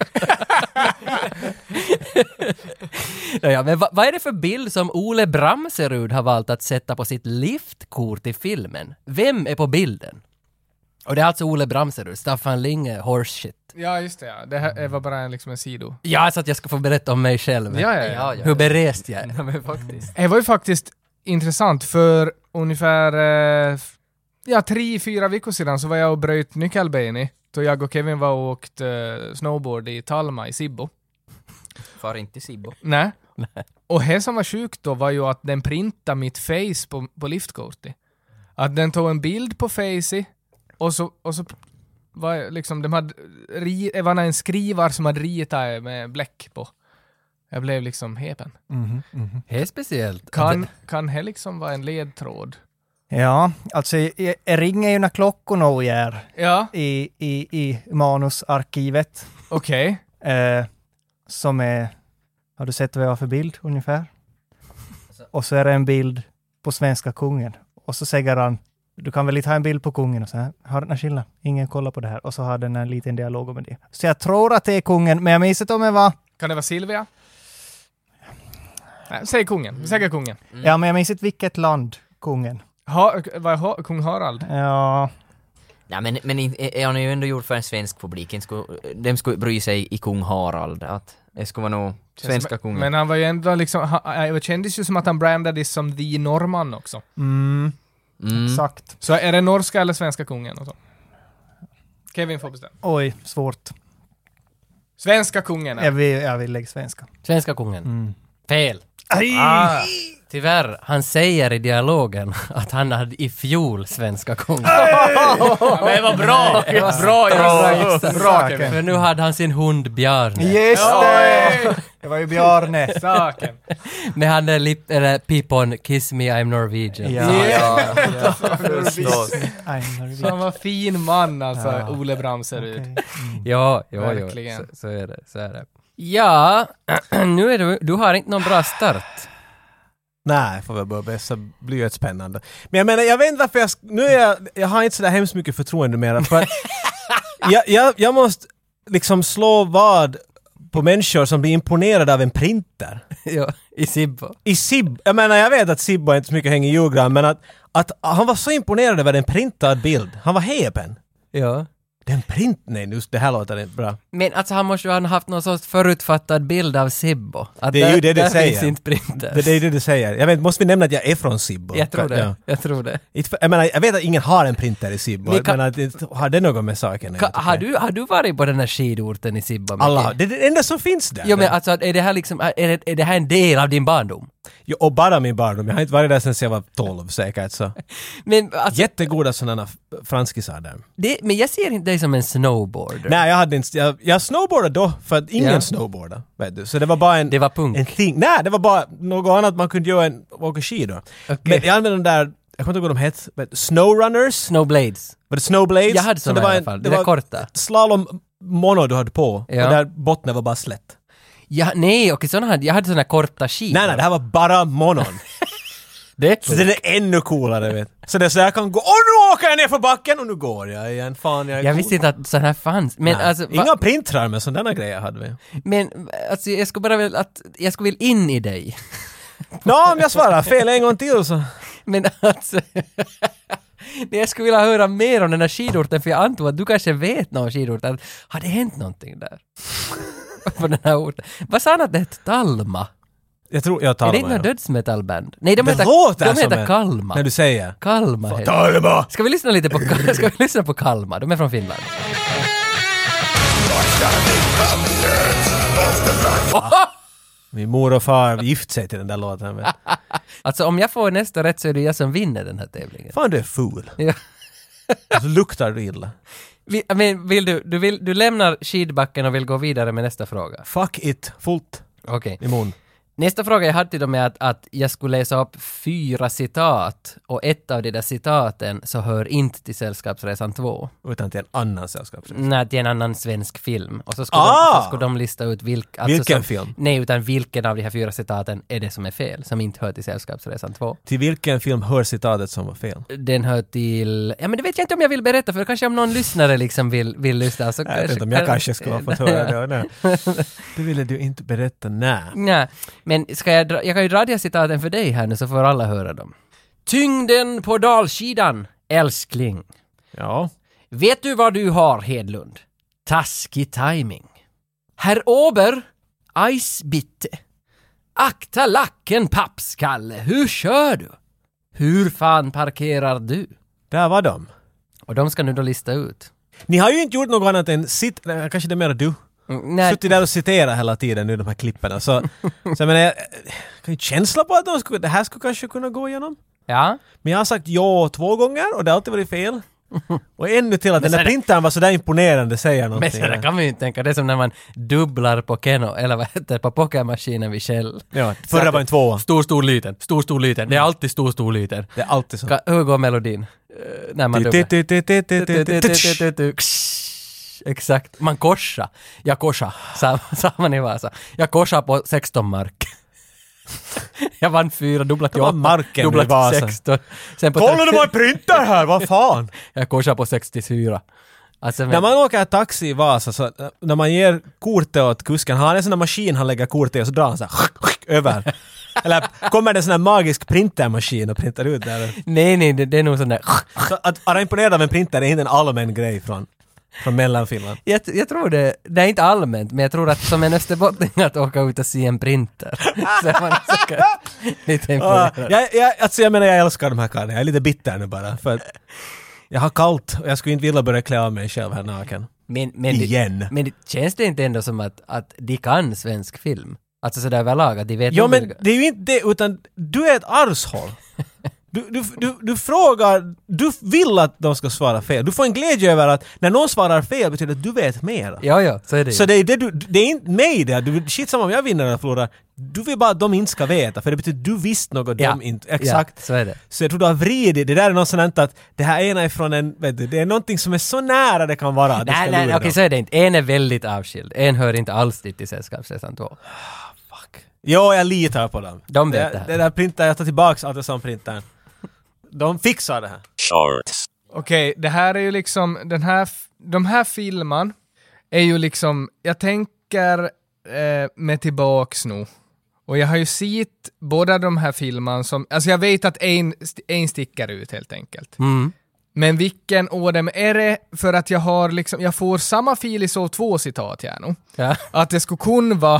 Ja, men vad är det för bild som Ole Bramserud har valt att sätta på sitt liftkort i filmen? Vem är på bilden? Och det är alltså Ole Bramserud, Staffan Linge, horse shit. Ja, just det. Ja. Det här var bara en sido. Ja, så att jag ska få berätta om mig själv. Ja. Hur berest jag är. Ja, men faktiskt. Det var ju faktiskt intressant, för ungefär 3-4 veckor sedan så var jag och bröt nyckelbenet då jag och Kevin var och åkt snowboard i Talma i Sibbo. Far inte Sibbo. Nej. Och det som var sjukt då var ju att den printade mitt face på liftkortet. Att den tog en bild på face och så var liksom det var en skrivare som hade ritat med bläck på. Jag blev liksom häpen. Det är speciellt. Kan det liksom vara en ledtråd? Ja, alltså jag ringer ju när klockorna är Ja. i manusarkivet. Okej. Som är... Har du sett vad jag har för bild ungefär? Och så är det en bild på svenska kungen. Och så säger han, du kan väl inte ha en bild på kungen? Och så här, har den skillnad? Ingen kollar på det här. Och så har den en liten dialog om det. Så jag tror att det är kungen, men jag minns inte om det var... Kan det vara Silvia? Nej, säg kungen. Vi säger kungen. Ja, men jag minns inte vilket land kungen. Kung Harald? Ja... Ja, men han är ju ändå gjort för en svensk publik. De skulle bry sig i kung Harald. Att det skulle vara nog svenska kungen. Men han var ju ändå liksom... Det kändes ju som att han brandades som the norrman också. Exakt. Så är det norska eller svenska kungen? Och så? Kevin får bestämma. Oj, svårt. Svenska kungen. Jag vill lägga svenska. Svenska kungen. Fel. Tyvärr, han säger i dialogen att han hade i fjol svenska kungen. Men det var bra! Bra Kevin. För nu hade han sin hund Bjarne. Just det! Det var ju Bjarne. Saken. Med han där pipon Kiss me I'm Norwegian. Han var fin man alltså, Ole Bramserud. Okay. Ja. Verkligen. Så är det. Ja, nu är du har inte någon bra start. Nej, får väl börja så blir det spännande. Men jag menar, jag vet inte varför jag har inte så där hemskt mycket förtroende mer. För att jag måste liksom slå vad på människor som blir imponerade av en printer. Ja, i Sibbo. Jag menar, jag vet att Sibbo inte så mycket hänger i julgran, men att han var så imponerad över en printad bild. Han var häpen. Ja. Den print? Nej, just det här låter inte bra. Men alltså han måste ju ha haft någon sorts förutfattad bild av Sibbo. Att det är ju det du säger. Finns inte printer. Det är det du säger. Jag vet, måste vi nämna att jag är från Sibbo? Jag tror det. Ja. Jag tror det. Jag menar, jag vet att ingen har en printer i Sibbo. Men har det något med saken? Har du varit på den här skidorten i Sibbo? Alla. Det är det enda som finns där. Jo, men alltså är det här liksom, är det här en del av din barndom? Jo, och bara min barndom. Jag har inte varit där sen jag var 12 säkert. Så. Men, alltså, Jättegoda sådana franskisar där. men jag ser inte dig som en snowboarder. Nej, jag hade inte... Jag snowboardade då, för att ingen snowboardade. Vet du. Så det var bara Det var punk. en thing. Nej, det var bara något annat man kunde göra än åka skidor. Okay. Men jag använde de där... Jag kommer inte ihåg vad de hette. Snowrunners? Snowblades. Var det snowblades? Jag hade såna i alla fall. Det var korta. Slalom mono du hade på. Ja. Och där botten var bara slätt. Ja, nej, okej, jag hade såna korta skidor. Nej, det här var bara monon. Så det är ännu coolare, vet. Så det är så jag kan gå, nu åker jag ner för backen och nu går jag igen. Fan, jag är Jag cool. visste inte att sån här fanns. Men Nej, alltså, inga printrar med sådana grejer hade vi. Men alltså, jag skulle vilja in i dig. Om jag svarar fel en gång till så. Men alltså... jag skulle vilja höra mer om den här skidorten, för jag antar att du kanske vet någon skidorten. Har det hänt någonting där? På den här orten. Vad sa han att det hette? Talma? Jag tror jag talar Är det inte någon dödsmetallband? Nej, de heter Kalma. När du säger. Kalma heter. Talma! Ska vi lyssna på Kalma? De är från Finland. Min mor och far gift sig till den där låten. Alltså om jag får nästa rätt så är det jag som vinner den här tävlingen. Fan, du är ful. Ja. Så luktar du illa. Men du lämnar skidbacken och vill gå vidare med nästa fråga? Fuck it. Fullt Okej. i mun. Nästa fråga jag hade till dem är att jag skulle läsa upp 4 citat och ett av de där citaten så hör inte till Sällskapsresan 2. Utan till en annan sällskapsresa. Nej, till en annan svensk film. Och så skulle de lista ut vilken film? Nej, utan vilken av de här 4 citaten är det som är fel, som inte hör till Sällskapsresan 2. Till vilken film hör citatet som var fel? Den hör till... Ja, men det vet jag inte om jag vill berätta, för kanske om någon lyssnare liksom vill lyssna. Så Jag vet inte om jag kanske skulle ha fått höra det. Det ville du inte berätta, Nej, men jag kan ju dra de här citaten för dig här nu så får alla höra dem. Tyngden på dalskidan, älskling. Ja. Vet du vad du har, Hedlund? Taskig timing. Herr Ober, Eisbitte. Akta lacken, pappskalle. Hur kör du? Hur fan parkerar du? Där var de. Och de ska nu då lista ut. Ni har ju inte gjort något annat än kanske det är mer du. Nej. Suttit där och citera hela tiden nu de här klipperna. Så jag menar, jag kan ju känsla på att det här skulle kanske kunna gå igenom. Ja. Men jag har sagt ja 2 gånger och det har alltid varit fel. Och ännu till att den där printern var så där imponerande säger någonting. Men så kan man ju inte tänka. Det är som när man dubblar på Keno, eller vad heter det, på pokermaskinen vid Shell. Ja, förra var en 2. Stor, liten. Stor, liten. Det är alltid stor, liten. Det är alltid så. Hur går melodin? När man dubblar. Exakt. Man korsar. Jag korsar. Sa man i Vasa. Jag korsar på 16 mark. Jag vann 4, dubblat till 8. Marken dubblat till 16. Sen på Kolla, det var en printer här, vad fan? Jag korsar på 64. Alltså, När man åker taxi i Vasa så när man ger kortet åt kusken, han har en sån här maskin han lägger kortet i och så drar han så här över. Eller kommer det en sån här magisk printermaskin och printar ut där? Nej, det är nog sån där. Så att vara imponerad av en printer är inte en allmän grej från Mellanfinland. Jag tror det är inte allmänt, men jag tror att som en österbottning att åka ut och se en printer. Så är man säkert lite imponerad. Jag älskar de här karlarna. Jag är lite bitter nu bara. För att jag har kallt och jag skulle inte vilja börja klä av mig själv här naken. Igen. Men känns det inte ändå som att de kan svensk film? Alltså sådär överlag, att de vet... Ja, men det är ju inte det, utan du är ett arshåll. Du frågar, du vill att de ska svara fel. Du får en glädje över att när någon svarar fel betyder det att du vet mer. Ja, så är det ju. Så det är inte mig det. Shit samma om jag vinner eller förlorar. Du vill bara att de inte ska veta, för det betyder att du visst något de inte... Exakt. Ja, så är det. Så jag tror du har vridit. Det där är något sånt att det här ena är från en... Vet du, det är någonting som är så nära det kan vara. Nej, okej, så är det inte. En är väldigt avskild. En hör inte alls till Sällskapsresan 2. Jo, jag litar på dem. De vet det här. Det där printar, jag tar tillbaks allt det som printaren. De fixar det här. Shorts. Okej, det här är ju liksom, de här filmerna är ju liksom, jag tänker med tillbaks nu. Och jag har ju sett båda de här filmerna som, alltså jag vet att en sticker ut helt enkelt. Mm. Men vilken av dem är det? För att jag har liksom, jag får samma fil i så 2 citat här nu. Ja. Att det skulle kunna vara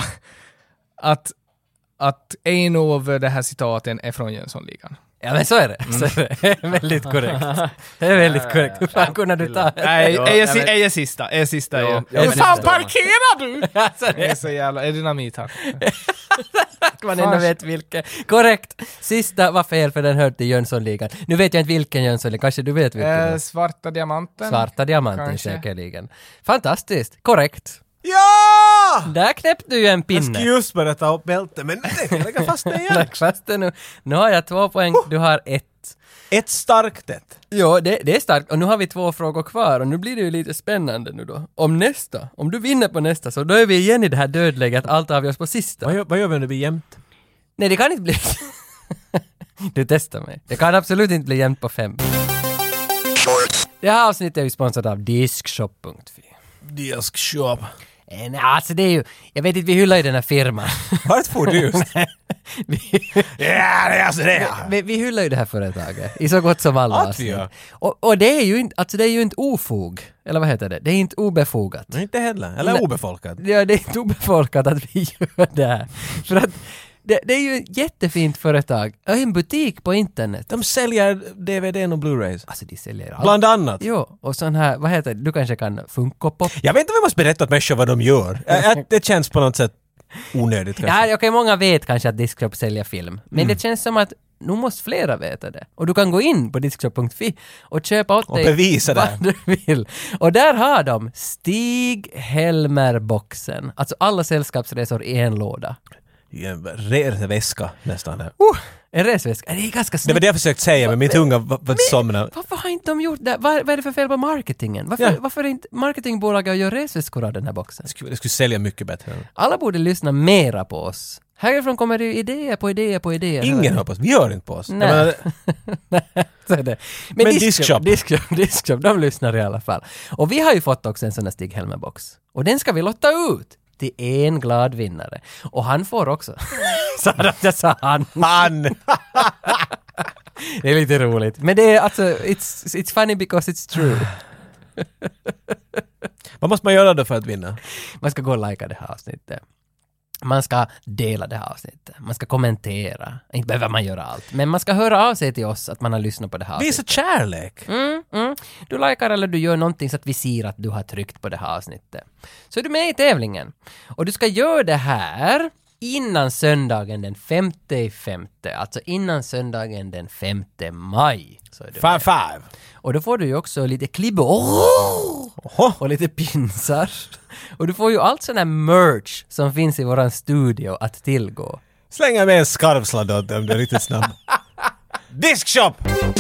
att en av det här citaten är från Jönssonligan. Ja, men så är det. Så är det. Det är väldigt korrekt. Det är väldigt korrekt. Hur fan kunde du ta det? Nej, är sista. Hur fan parkerar du? Det är så jävla... Är dynamit här? att man ändå vet vilken. Korrekt. Sista var fel för den hörde till Jönssonligan. Nu vet jag inte vilken Jönssonligan, kanske du vet vilken. det är. Svarta diamanten. Svarta diamanten Kanske. säkerligen. Fantastiskt. Korrekt. Ja! Där knäppte du ju en Jag skulle pinne. just börja ta upp bältet, men jag lägger fast det igen. Lägg fast det nu. Nu har jag 2 poäng, du har 1. Ett starkt ett. Ja, det är starkt. Och nu har vi 2 frågor kvar och nu blir det ju lite spännande nu då. Om du vinner på nästa så då är vi igen i det här dödläget att allt avgörs på sista. Vad gör vi om det blir jämnt? Nej, det kan inte bli... Du testar mig. Det kan absolut inte bli jämnt på 5. Det här avsnittet är ju sponsrat av Diskshop.fi. Diskshop. Nej, alltså det är ju... Jag vet inte, vi hyllar ju den här firman. Vart får du just? Ja, det är alltså det. Vi hyllar ju det här företaget i så gott som alla Att vi avsnitt. gör. Och det är ju inte, alltså det är ju inte ofog. Eller vad heter det? Det är inte obefogat. Nej, inte heller. Eller Nej. obefolkat. Ja, det är inte obefolkat att vi gör det här. För att det är ju ett jättefint företag. En butik på internet. De säljer DVD och Blu-rays. Alltså de säljer allt. Bland annat. Jo, och sån här, vad heter det? Du kanske kan Funko Pop. Jag vet inte om jag måste berätta åt människor vad de gör. Det känns på något sätt onödigt kanske. Ja, okej, många vet kanske att Diskshop säljer film. Men det känns som att nu måste flera veta det. Och du kan gå in på Diskshop.fi och köpa åt Och dig bevisa vad det. du vill. Och där har de Stig-Helmer-boxen. Alltså alla sällskapsresor i en låda. En resväska nästan där. En resväska. Det är ganska Det snyggt. var det jag försökte säga, men min tunga var somnade. Varför har inte de gjort det? Vad är det för fel på marketingen? Varför är inte marketingbolaget och gör resväskor av den här boxen? Det skulle sälja mycket bättre. Alla borde lyssna mera på oss. Härifrån kommer det ju idéer på idéer på idéer. Ingen hör på oss. Vi hör inte på oss. Nej. Jag menar, Så är det. Men Diskshop. Diskshop, de lyssnar i alla fall. Och vi har ju fått också en sån här Stig-Helmer-box. Och den ska vi lotta ut till en glad vinnare. Och han får också. Så att jag sa han. Det är lite roligt. Men det är alltså, it's funny because it's true. vad måste man göra då för att vinna? Man ska gå och likea det här avsnittet. Man ska dela det här avsnittet. Man ska kommentera. Inte behöver man göra allt. Men man ska höra av sig till oss att man har lyssnat på det här avsnittet. Visa kärlek! Du likar eller du gör någonting så att vi ser att du har tryckt på det här avsnittet. Så är du med i tävlingen. Och du ska göra det här innan söndagen den 5/5. Alltså innan söndagen den 5 maj. Så är du med. 5. Och då får du ju också lite klibbor och lite pinsar. Och du får ju allt sån här merch som finns i våran studio att tillgå. Slänga med en skarvsladd åt dem, det är riktigt snabb. Diskshop!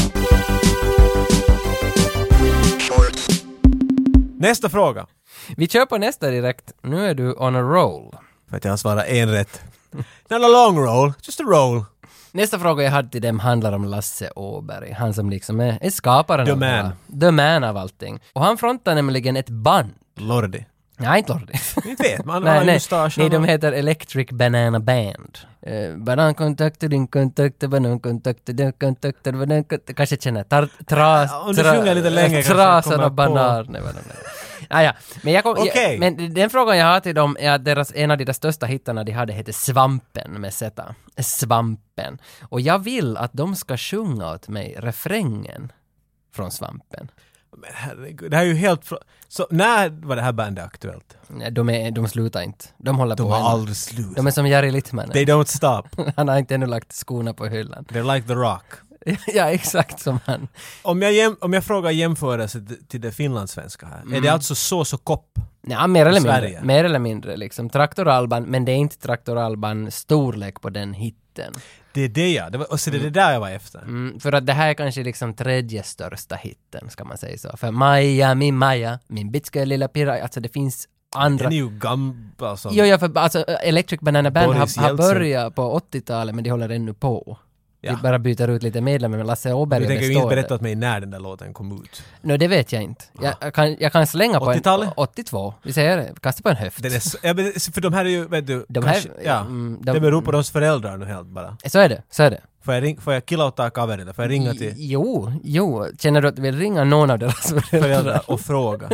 Nästa fråga. Vi kör på nästa direkt. Nu är du on a roll. För att jag har svarat en rätt. Not a long roll, just a roll. Nästa fråga jag hade till dem handlar om Lasse Åberg. Han som liksom är skaparen The av det man. här. The man av allting. Och han frontar nämligen ett band. Lordi. Nej, inte Lordi. Inte vet man. Han har mustaschen. Nej, de heter Electric Banana Band. Banankontakter, din kontakter, banankontakter, din kontakter, banankontakter. Kanske känner Om du sjunger lite längre kanske jag trasan kommer och bananer. Ja. Men, Okej. men den frågan jag har till dem är att en av deras största hittarna de hade heter Svampen med Z. Svampen. Och jag vill att de ska sjunga åt mig refrängen från Svampen. Men herregud, det här är ju helt... Så när var det här bandet aktuellt? Nej, de slutar inte. De håller De på har ännu. aldrig slut. De är som Jari Littmanen. They don't stop. Han har inte ännu lagt skorna på hyllan. They're like the rock. Ja, exakt som han. Om jag frågar jämförelse till det finlandssvenska här. Är det alltså så kopp? Ja, mer eller mindre. Sverige. Mer eller mindre liksom. Traktor Alban, men det är inte Traktor Alban storlek på den hitten. Det är det ja. Och så det är det där jag var efter. För att det här är kanske liksom tredje största hitten, ska man säga så. För Maja, min bitska lilla piraj, alltså det finns andra... Den är ju gammal som... Jo, för alltså Electric Banana Band Boris har Jeltsin. börjat på 80-talet, men de håller ännu på. Ja. De bara byter ut lite medlemmar, men Lasse Åberg Du tänker ju inte består berätta det. åt mig när den där låten kom ut. No, det vet jag inte. Jag kan slänga på 80-talet? 82. Vi säger det. Kasta på en höft. Den är för de här är ju, vet du, De kanske, här- ja, det beror på deras föräldrar nu helt bara. Så är det. Får jag killauta kaverita? Får jag ringa till Jo. Känner du att du vill ringa någon av deras föräldrar? föräldrar och fråga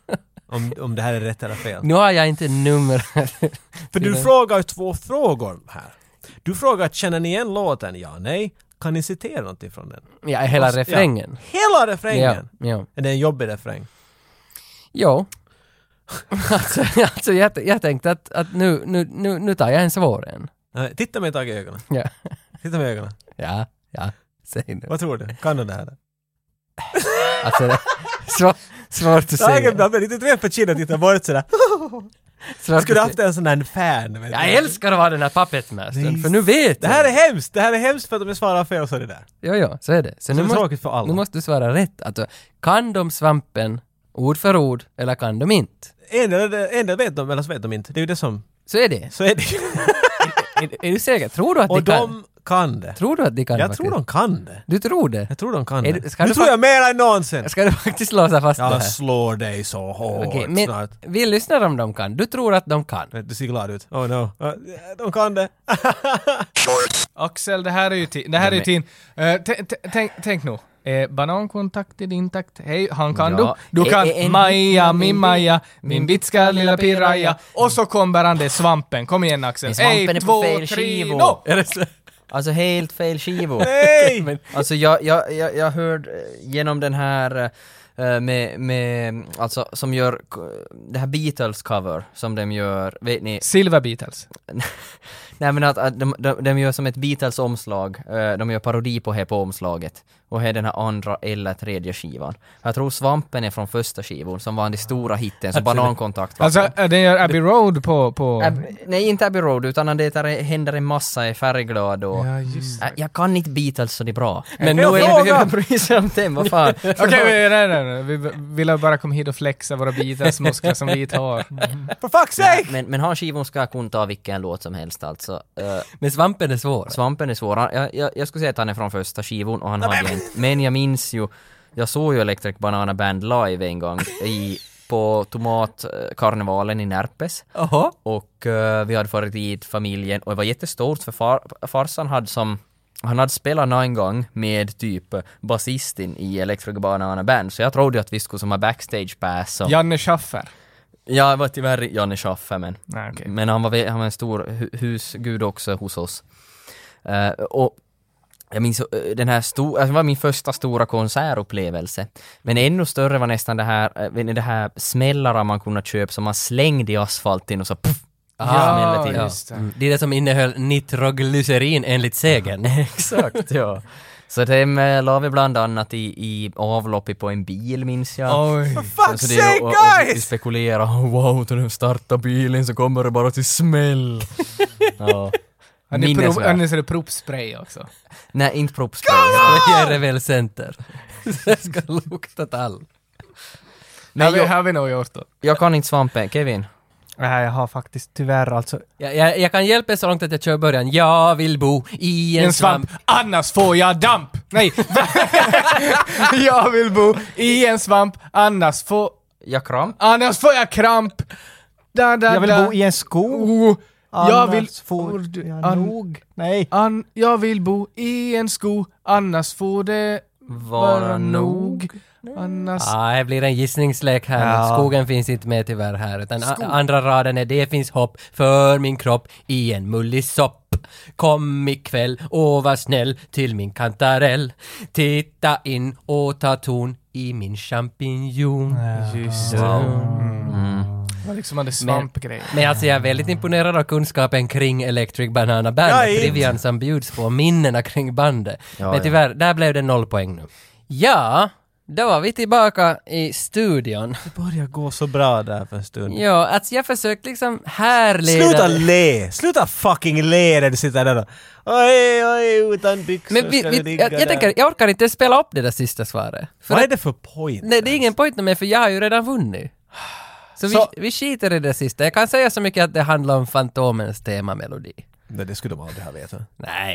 om det här är rätt eller fel? Nu har jag inte nummer. För du frågar ju 2 frågor här. Du frågar, känner ni igen låten? Ja, nej. Kan ni citera någonting från den? Ja, hela refrängen. Ja. Hela refrängen? Ja. Är det en jobbig refräng? Jo. alltså jag tänkte att nu tar jag en svår en. Titta mig ett tag i ögonen. Ja. Titta mig i ögonen. Ja. Säg nu. Vad tror du? Kan du det här? Alltså, det är svårt att Tage säga. blir lite rädd på kinden och tittar bort sådär. Svårt Skulle du att haft en sån där fan? Vet Jag du? älskar att vara den här puppetmastern, för nu vet Det här är hemskt! Det här är hemskt för att om jag svarar fel så är det där. Jo, så är det. Så Så nu, det är tråkigt för alla. nu måste du svara rätt. Alltså, kan de svampen ord för ord, eller kan de inte? En del vet de, eller så vet de inte. Det är ju det som... Så är det. Så är det ju. Är du säker? Tror du att Och de kan? de kan det. Tror du att de kan? Jag faktiskt? tror de kan det. Du tror det? Jag tror de kan Är det. du- ska Nu du tror fa- jag mer än någonsin. Ska du faktiskt låsa fast det här? Jag slår dig så hårt Okej, men snart. vi lyssnar om de kan. Du tror att de kan. Du ser glad ut. Oh no. De kan det. Axel, det här är ju tid. Det här är ju tid. Tänk nu. Banankontakt i din takt. Hej, han kan Ja. du. Du kan En- Maja, min bitska lilla pirraja. Och så kommer han det svampen. Kom igen Axel. Men svampen är på 1, 2, fel 3, skivor. no! Är det så? Alltså helt fel skivor. Nej! Alltså jag hörde genom den här med alltså som gör det här Beatles cover som de gör, vet ni? Silver Beatles. Nej men att de gör som ett Beatles omslag, de gör parodi på det på omslaget och är den här andra eller tredje skivan. Jag tror Svampen är från första skivan som var den stora hitten, så Banankontakt var Alltså, den gör Abbey Road på... nej, inte Abbey Road, utan det händer en massa i Färgglad och... Ja, just det. Jag kan inte Beatles så det är bra. Men nu nu är det- behöver bry sig om dem, vad fan. Okej, nej. Vi ville bara komma hit och flexa våra Beatles-muskler som vi har. For fuck's sake! Men han skivan ska kunna ta vilken låt som helst alltså. Men svampen är svår. Svampen är svår. Jag skulle säga att han är från första skivan och han hade inte. Men jag minns ju, jag såg ju Electric Banana Band live en gång på Tomatkarnevalen i Närpes. Jaha. Och vi hade farit dit familjen och det var jättestort för farsan han hade spelat en gång med typ basisten i Electric Banana Band, så jag trodde att vi skulle som ha backstage pass och... Janne Schaffer. Ja, det var tyvärr Janne Schaffer, Nej, okej. men han var en stor husgud också hos oss. Och jag minns den här det var min första stora konsertupplevelse. Men ännu större var nästan det här smällarna man kunde köpa som man slängde i asfalten och så puff, smällde till. just det. Det är det som innehöll nitroglycerin enligt sägen. Exakt, ja. Så det la vi bland annat i avloppet på en bil, minns jag. Oj. Fuck's Så det- sake och vi guys! spekulerar, wow, när de startar bilen så kommer det bara till smäll. Ja. Minnes jag. Annars är det propspray också. Nej, inte proppspray. Jag är väl center. Det ska lukta tall. Men Har vi nog gjort då? jag kan inte svampen. Kevin? Nej, jag har faktiskt tyvärr alltså... Jag kan hjälpa er så långt att jag kör början. Jag vill bo i en svamp. annars får jag damp! Nej! Jag vill bo i en svamp, annars får Jag kram. jag kramp! Jag vill bo i en skog. Jag vill... Annars får jag nog... Nej. Jag vill bo i en sko, annars får det vara nog. Annars... Det blir en gissningslek här. Ja. Men skogen finns inte med tyvärr här. Utan andra raden är det finns hopp för min kropp i en mullig sopp. Kom ikväll och var snäll till min kantarell. Titta in och ta ton i min champinjon. Just det. Det var liksom hade svampgrej. Men alltså jag är väldigt imponerad av kunskapen kring Electric Banana Band. Jag är inte. Trivian som bjuds på, minnena kring bandet. Ja, Men tyvärr, där blev det 0 poäng nu. Ja, då var vi tillbaka i studion. Det börjar gå så bra där för en stund. Ja, alltså jag försökt liksom härleda... Sluta le! Sluta fucking le när du sitter där och oj, utan byxor Men ska du ligga jag tänker, jag orkar inte spela upp det där sista svaret. För Vad är att- det för point? Nej, det är ingen point med, för jag har ju redan vunnit. Så vi skiter i det sista. Jag kan säga så mycket att det handlar om Fantomens temamelodi. Nej, det skulle de aldrig ha vetat. Nej.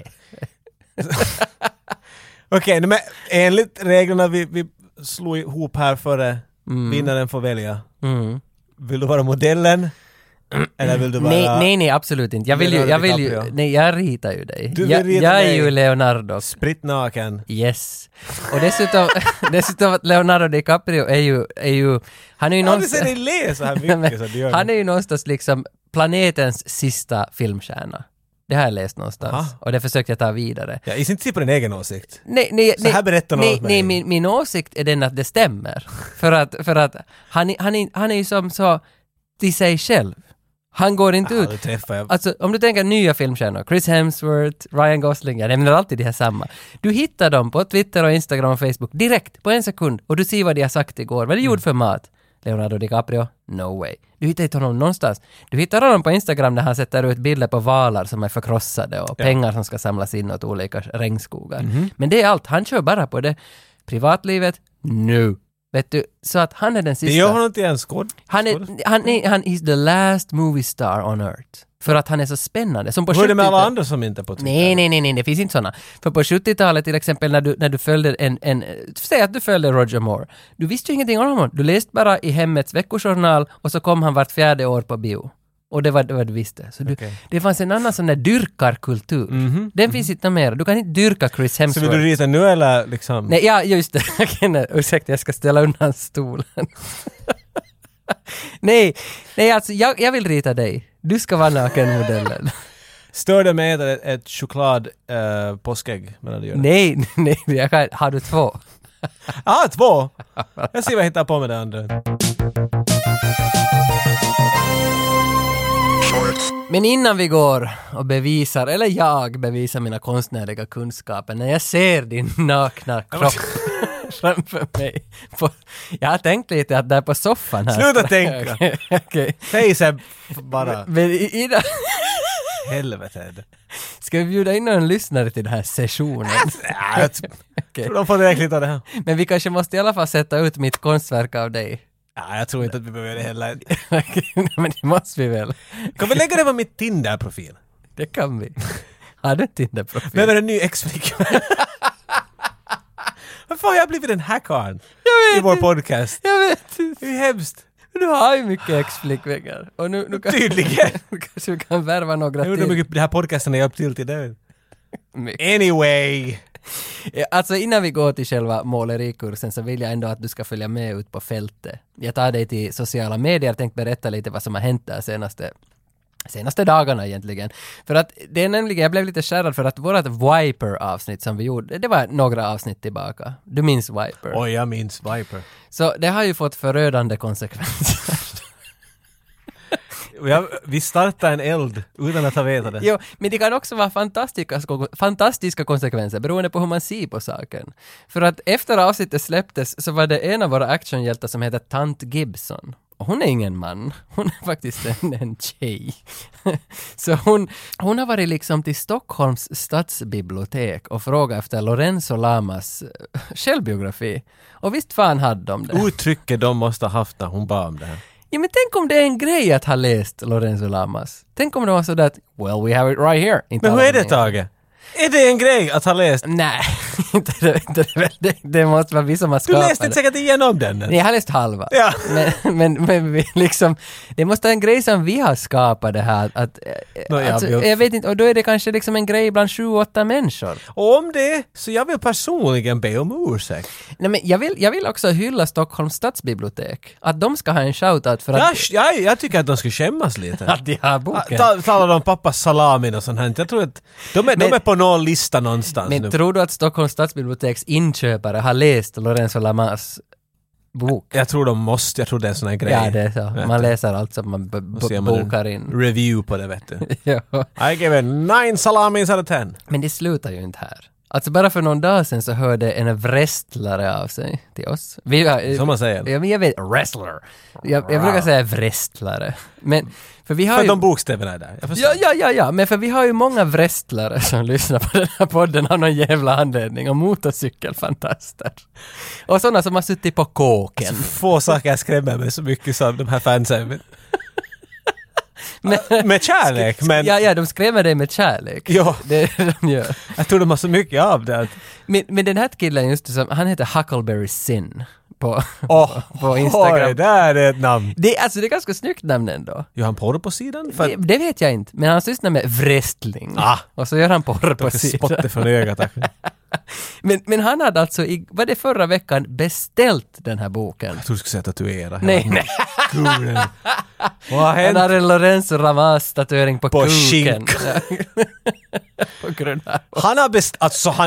Okej, men enligt reglerna vi slog ihop här före vinnaren får välja. Mm. Vill du vara modellen? Eller vill du vara... Nej, absolut inte. Jag vill ju, DiCaprio? nej, jag ritar ju dig. Du vill jag rita jag är mig. ju Leonardo. Spritt naken. Yes. Och dessutom att Leonardo DiCaprio är ju han är ju Jag har aldrig sett någonstans, dig le så här Men mycket så du gör han det. är ju någonstans liksom planetens sista filmstjärna. Det har jag läst någonstans. Aha. Och det försökte jag ta vidare. Jag är inte se på din egen åsikt. Nej, Så här berättar någon åt mig. min åsikt är den att det stämmer. För att han är ju som så till sig själv. Han går inte ut. Det träffar jag. Alltså om du tänker nya filmstjärnor, Chris Hemsworth, Ryan Gosling, jag nämner alltid de här samma. Du hittar dem på Twitter och Instagram och Facebook direkt på en sekund och du ser vad de har sagt igår. Vad de gjorde för mat? Leonardo DiCaprio? No way. Du hittar inte honom någonstans. Du hittar honom på Instagram när han sätter ut bilder på valar som är förkrossade och pengar som ska samlas in åt olika regnskogar. Men det är allt. Han kör bara på det. Privatlivet? No. Vet du, så att han är den sista. Det gör honom till en skåd. Han is the last movie star on earth. För att han är så spännande. Som på Hur är det med alla andra som inte är på Twitter? Nej, det finns inte sådana. För på 70-talet till exempel när du följde säg att du följde Roger Moore. Du visste ju ingenting om honom. Du läste bara i hemmets veckojournal och så kom han vart 4:e år på bio. Och det var du visste. Så det fanns en annan sån där dyrkarkultur. Den finns inte mer. Du kan inte dyrka Chris Hemsworth. Så vill du rita nu eller liksom? Nej, ja, just det. Ursäkta, jag ska ställa undan stolen. nej, alltså jag vill rita dig. Du ska vara nakenmodellen. Stör det med ett choklad påskägg medan du gör det? Nej, har du 2? 2! Jag ser vad jag hittar på med det andra. Men innan vi går och bevisar, eller jag bevisar mina konstnärliga kunskaper, när jag ser din nakna kropp framför mig. Jag har tänkt lite att där på soffan här. Sluta tänka! Okay. Säg så bara. Men Helvete är det. Ska vi bjuda in en lyssnare till den här sessionen? Jag tror de får direkt lite av det här. Men vi kanske måste i alla fall sätta ut mitt konstverk av dig. Ja, jag tror inte att vi behöver det heller. Men det måste vi väl. Kan vi lägga det på mitt Tinder-profil? Det kan vi. Har du en Tinder-profil? Men är det en ny ex-flickvän? Varför har jag blivit en hackaren i vår podcast? Jag vet inte. Det är hemskt. Du har ju mycket ex-flickvänner. Och nu Tydligen. kanske du kan värva några Jag undrar hur mycket det här podcasten har hjälpt till det. Anyway. Alltså innan vi går till själva målerikursen så vill jag ändå att du ska följa med ut på fältet. Jag tar dig till sociala medier och tänkte berätta lite vad som har hänt där senaste dagarna egentligen. För att det är nämligen, jag blev lite skärrad för att vårat Viper-avsnitt som vi gjorde, det var några avsnitt tillbaka. Du minns Viper? Oj, jag minns Viper. Så det har ju fått förödande konsekvenser. Vi startar en eld utan att ha vetat det. Jo, men det kan också vara fantastiska konsekvenser beroende på hur man ser på saken. För att efter avsnittet släpptes så var det en av våra actionhjältar som heter Tant Gibson. Och hon är ingen man, hon är faktiskt en tjej. Så hon har varit liksom till Stockholms stadsbibliotek och frågat efter Lorenzo Lamas självbiografi. Och visst fan hade de det. Uttrycket de måste ha haft när hon bad om det här. Ja, men tänk om det är en grej att ha läst Lorenzo Lamas. Tänk om det var så att, well, we have it right here. Men hur är det, Tage? Är det en grej att ha läst? Nej, det måste vara vi som har skapat det. Du läste inte säkert igenom den? Nej, jag har läst halva. Ja. Men vi liksom, det måste vara en grej som vi har skapat det här. Jag vet inte, och då är det kanske liksom en grej bland 7-8 människor. Och om det, så jag vill personligen be om ursäkt. Nej, men jag vill också hylla Stockholms stadsbibliotek. Att de ska ha en shoutout för att... Jag tycker att de ska skämmas lite. Att de har boken. Talar om pappas salamin och sånt här. Jag tror att de är på någon lista någonstans men nu. Tror du att Stockholms stadsbiblioteks inköpare har läst Lorenzo Lamas bok? Jag tror de måste. Jag tror det är en sån här grej. Ja, det är så. Man läser allt som man bokar in. Review på det, vet du. Ja. I give it 9 salamis out of 10. Men det slutar ju inte här. Alltså bara för någon dag sedan så hörde en wrestlare av sig till oss. Som man säger. Ja, men jag vet, wrestler. Jag brukar säga wrestlare. Men för vi har för ju... de bokstäverna är där. Ja. Men för vi har ju många wrestlare som lyssnar på den här podden av någon jävla anledning. Och motorcykelfantaster. Och sådana som har suttit på kåken. Alltså, få saker skrämmer mig så mycket som de här fansen. Med kärlek, men... Ja, de skrämmer dig med kärlek. Ja. Det är det de gör. Jag tror de har så mycket av det. Men den här killen just som, han heter Huckleberry Sin på Instagram. Oj, där är ett namn. Det är ganska snyggt namn ändå. Gör han porr på sidan? Det vet jag inte, men han sysslar med wrestling. Och så gör han porr på sidan. Spotte från ögat, tack. Men han hade alltså, var det förra veckan, beställt den här boken. Jag tror du skulle säga tatuera. Nej. Kuren. Vad har hänt? Han har en Lorenzo Lamas tatuering på kuken. Skink. På grund av...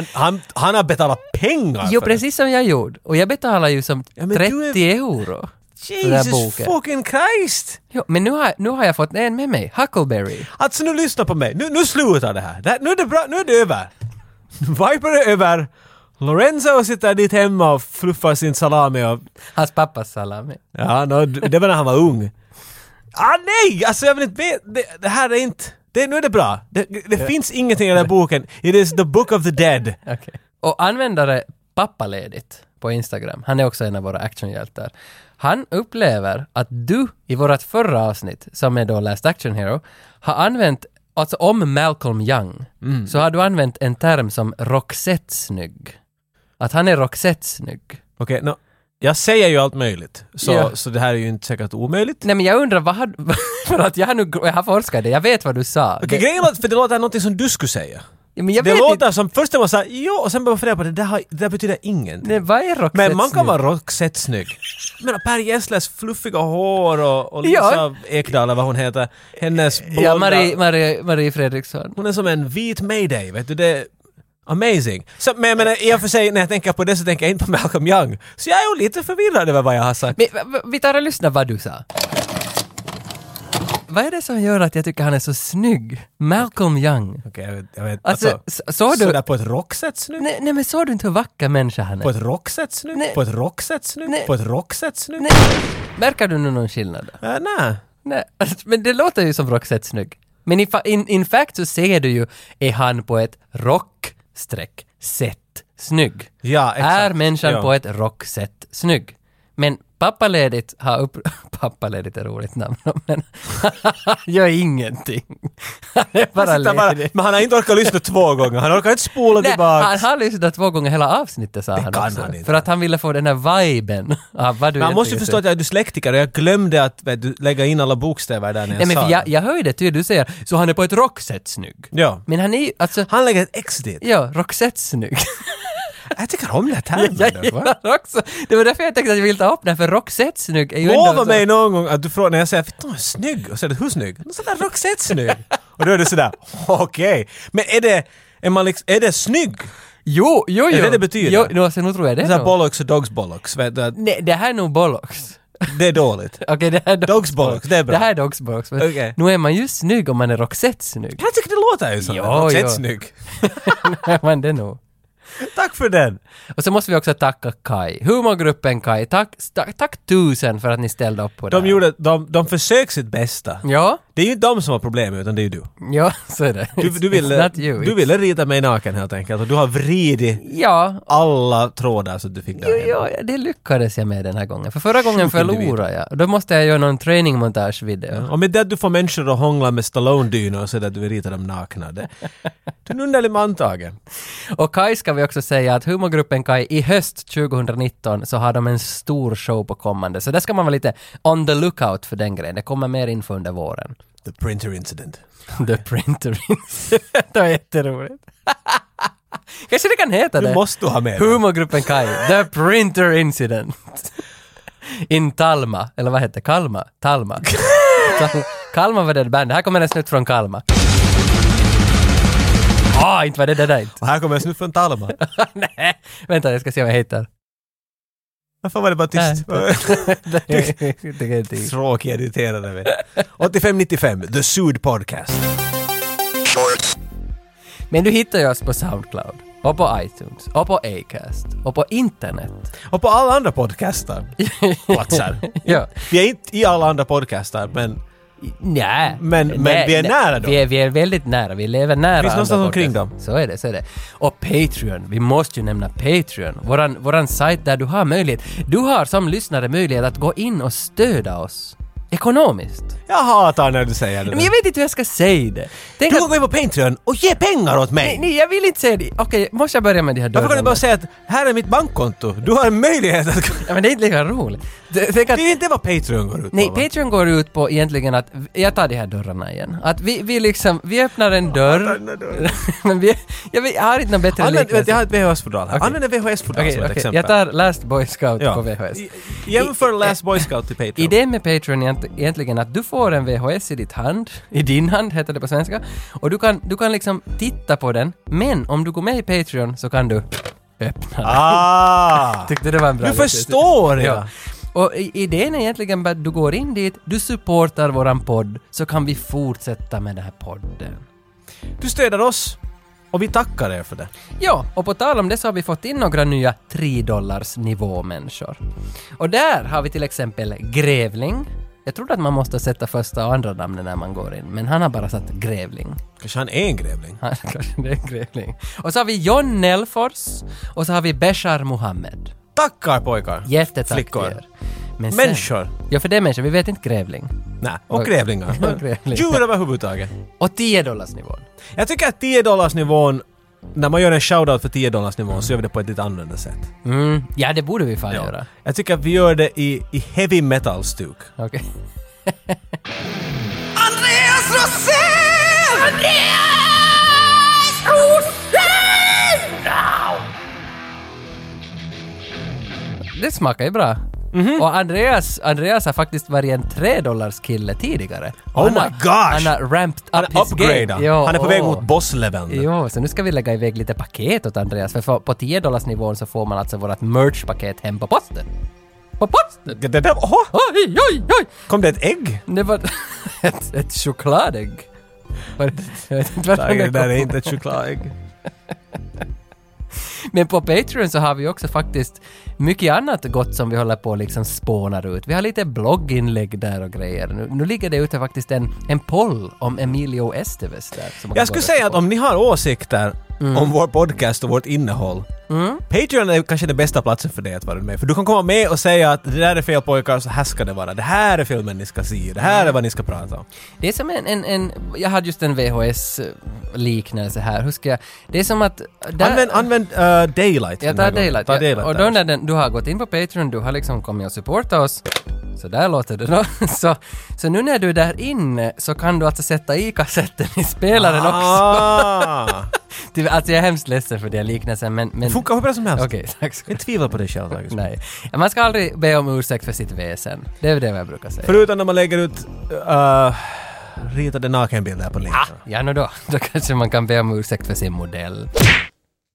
Han har betalat pengar Jo, för precis som jag gjorde. Och jag betalar ju som 30 euro Jesus fucking Christ! Jo, men nu har jag fått en med mig. Huckleberry. Alltså nu lyssna på mig. Nu slutar det här. Nu är det bra. Nu är det över. Viper är över. Lorenzo sitter dit hemma och fluffar sin salami och... Hans pappas salami. Ja, det var när han var ung. Nej! Alltså jag vill inte det här är inte... nu är det bra. Det finns ingenting i den här boken. It is the book of the dead. Okay. Och användare pappaledigt på Instagram, han är också en av våra actionhjältar. Han upplever att du i vårt förra avsnitt, som är då Last Action Hero, har använt, alltså om Malcolm Young, så har du använt en term som Roxette-snygg. Att han är Roxette-snygg. Okej, jag säger ju allt möjligt. Så det här är ju inte säkert omöjligt. Nej, men jag undrar för att jag har forskat det. Jag vet vad du sa. Okej, grejen låter, för det låter något som du skulle säga. Ja, men det låter inte som först man sa och sen börjar man fundera på det där betyder ingenting. Nej, vad är Roxette? Men man kan vara Roxette-snygg. Men Per Gessles fluffiga hår och Lisa Ekdahl, vad hon heter, hennes blonda... Ja, Marie Fredriksson. Hon är som en vit Mayday, vet du, det är amazing. Så, men jag menar, i och för sig, när jag tänker på det så tänker jag inte på Malcolm Young. Så jag är ju lite förvirrad över vad jag har sagt. Men, vi tar och lyssnar vad du sa. Vad är det som gör att jag tycker han är så snygg? Malcolm Young. Okej, jag vet. Alltså, såg du... Sådär på ett Roxette-snygg? Nej, men såg du inte hur vacker människa han är? På ett Roxette-snygg? På ett Roxette-snygg? På ett Roxette-snygg? Nej. Märker du nu någon skillnad? Nej, men det låter ju som Roxette-snygg. Men in fact så ser du ju, är han på ett rock-set-snygg. Ja, exakt. Är människan på ett rock-set-snygg. Men pappaledigt pappaledigt är roligt namn, men gör ingenting. Han är bara ledig. Men han har inte orkat lyssna 2 gånger. Han orkar inte spola tillbaka. Han har lyssnat 2 gånger hela avsnittet, sa han också. Han för att han ville få den här viben av vad du... Man måste ju förstå att jag är dyslektiker och jag glömde att lägga in alla bokstäver där när jag sa men jag hörde det, du säger, så han är på ett rockset-snygg. Ja. Men han är ju, alltså... Han lägger ett X dit. Ja, rockset-snygg. Jag tycker om det här termen. Också. Det var därför jag tänkte att jag ville ta upp den, för rockset-snygg är ju ändå... Lova mig någon gång att du frågar, när jag säger att du är snygg, och säger hur snygg? Sådär rockset-snygg. Och då är det sådär, okej. Men är det snygg? Jo. Är det betyder? Jo, så nu tror jag det. Det är bollocks och dogs bollocks. Nej, det här är nog bollocks. Det är dåligt. Okej, det här är dogs bollocks, det är bra. Det här är dogs bollocks. Okay. Nu är man ju snygg om man är roxette-snygg. Jag tycker det låter ju som roxette-snygg. Men det är nog. Tack för den! Och så måste vi också tacka Kai. Humorgruppen Kai. Tack 1000 för att ni ställde upp på det. De försöker sitt bästa. Ja. Det är ju inte de som har problem utan det är ju du. Ja, så är det. Du ville rita mig naken helt enkelt och du har vridit alla trådar så att du fick det. Ja, det lyckades jag med den här gången. För förra gången förlorade jag. Då måste jag göra någon trainingmontage-video. Ja, och med det att du får människor att hångla med Stallone-dynor så att du vill rita dem nakna. Det är en underlig mantagen. Och Kai ska vi också säga att humorgruppen Kai i höst 2019 så har de en stor show på kommande. Så där ska man vara lite on the lookout för den grejen. Det kommer mer info under våren. The Printer Incident. The Printer Incident. Det var jätteroligt. Kanske det kan heta det. Du måste ha med humorgruppen Kai. The Printer Incident. In Talma. Eller vad heter Kalma? Talma. Kalma var det band. Här kommer en snutt från Kalma. Inte var det där inte. Och här kommer en snutt från Talma. Nej, vänta, jag ska se vad jag heter. Varför var det bara tyst? Tråkig editerade vi. 8595, The Sud Podcast. Men du hittar ju oss på Soundcloud, och på iTunes, och på Acast, och på internet. Och på alla andra podcastar. Platser. Ja. Vi är inte i alla andra podcastar, men... Nej. Men vi är nära då. Vi är väldigt nära. Vi lever nära. Finns någonstans omkring dem. Så är det. Och Patreon. Vi måste ju nämna Patreon. Våran sajt där du har möjlighet. Du har som lyssnare möjlighet att gå in och stödja oss. Ekonomiskt. Jag hatar när du säger det. Men jag vet inte hur jag ska säga det. Du kan gå in på Patreon och ge pengar åt mig. Nej, jag vill inte säga det. Okej, måste jag börja med de här dörrarna? Varför kan du bara säga att här är mitt bankkonto? Du har en möjlighet att... Ja, men det är inte lika roligt. Det är inte vad Patreon går ut på. Nej, Patreon går ut på egentligen att... Jag tar de här dörrarna igen. Att vi öppnar en dörr. Men jag har inte någon bättre liknelse. Jag har ett VHS-fodral här. Okay. Använd en VHS-fodral som ett exempel. Jag tar Last Boy Scout på VHS. Jämför Last Boy Scout till Patreon. Idén med Patreon är egentligen att du får en VHS i din hand heter det på svenska. Och du kan liksom titta på den. Men om du går med i Patreon så kan du öppna den. Ah! Tyckte det var en bra Du förstår! Ja. Och idén är egentligen bara att du går in dit, du supportar våran podd, så kan vi fortsätta med den här podden. Du stöder oss och vi tackar er för det. Ja, och på tal om det så har vi fått in några nya $3 nivåmänniskor. Och där har vi till exempel Grävling. Jag trodde att man måste sätta första och andra namnen när man går in, men han har bara satt Grävling. Kanske han är en grävling. Kanske det är Grävling. Och så har vi John Nelfors och så har vi Beshar Mohammed. Tackar pojkar. Jättetack Flickor. till er. Men sen, Människor. Ja, för det är människor. Vi vet inte Grävling. Nej, och grävlingar. Och grävlingar. Djur överhuvudtaget. Och $10 nivån. Jag tycker att $10 nivån, när man gör en shoutout för $10 nivån så gör vi det på ett lite annorlunda sätt. Ja, det borde vi fan göra. Jag tycker att vi gör det i heavy metal-stuk. Okej. Andreas Rosell! Andreas Rosell! Det smakar ju bra. Och Andreas har faktiskt varit en $3 kille tidigare. Oh Han my har- gosh! Han har ramped Han up är his game. upgradad. Jo, Han är på väg mot boss-leveln. Jo, så nu ska vi lägga iväg lite paket åt Andreas. För på $10 nivån så får man alltså vårat merch-paket hem på posten. På posten! Det där, Oj, oj, oj! kom det ett ägg? Det var ett chokladägg. Jag vet inte vad Nej, det där är inte ett chokladägg. Men på Patreon så har vi också faktiskt mycket annat gott som vi håller på liksom spånar ut. Vi har lite blogginlägg där och grejer. Nu ligger det ute faktiskt en poll om Emilio Estevez där. som man kan Jag skulle gå säga på. att om ni har åsikter om vår podcast och vårt innehåll, Patreon är kanske den bästa platsen för dig att vara med. För du kan komma med och säga att det där är fel pojkar, så här ska det vara. Det här är filmen ni ska se. Det här är vad ni ska prata om. Det är som jag hade just en VHS-liknelse här. Hur ska jag... Det är som att... Använd Daylight. Jag den här tar Daylight. gången. Ta Daylight och där. då när du har gått in på Patreon, du har liksom kommit och supportat oss. Så där låter det då. Så nu när du är där inne så kan du alltså sätta i kassetten i spelaren också. Alltså jag är hemskt ledsen för det liknelsen, men... Funkar hur bra som helst. Okej, tack så Jag mycket. tvivlar på dig själv, August. Nej. Man ska aldrig be om ursäkt för sitt väsen. Det är det jag brukar säga. Förutom när man lägger ut ritade nakenbilder på länken. Ja, då kanske man kan be om ursäkt för sin modell.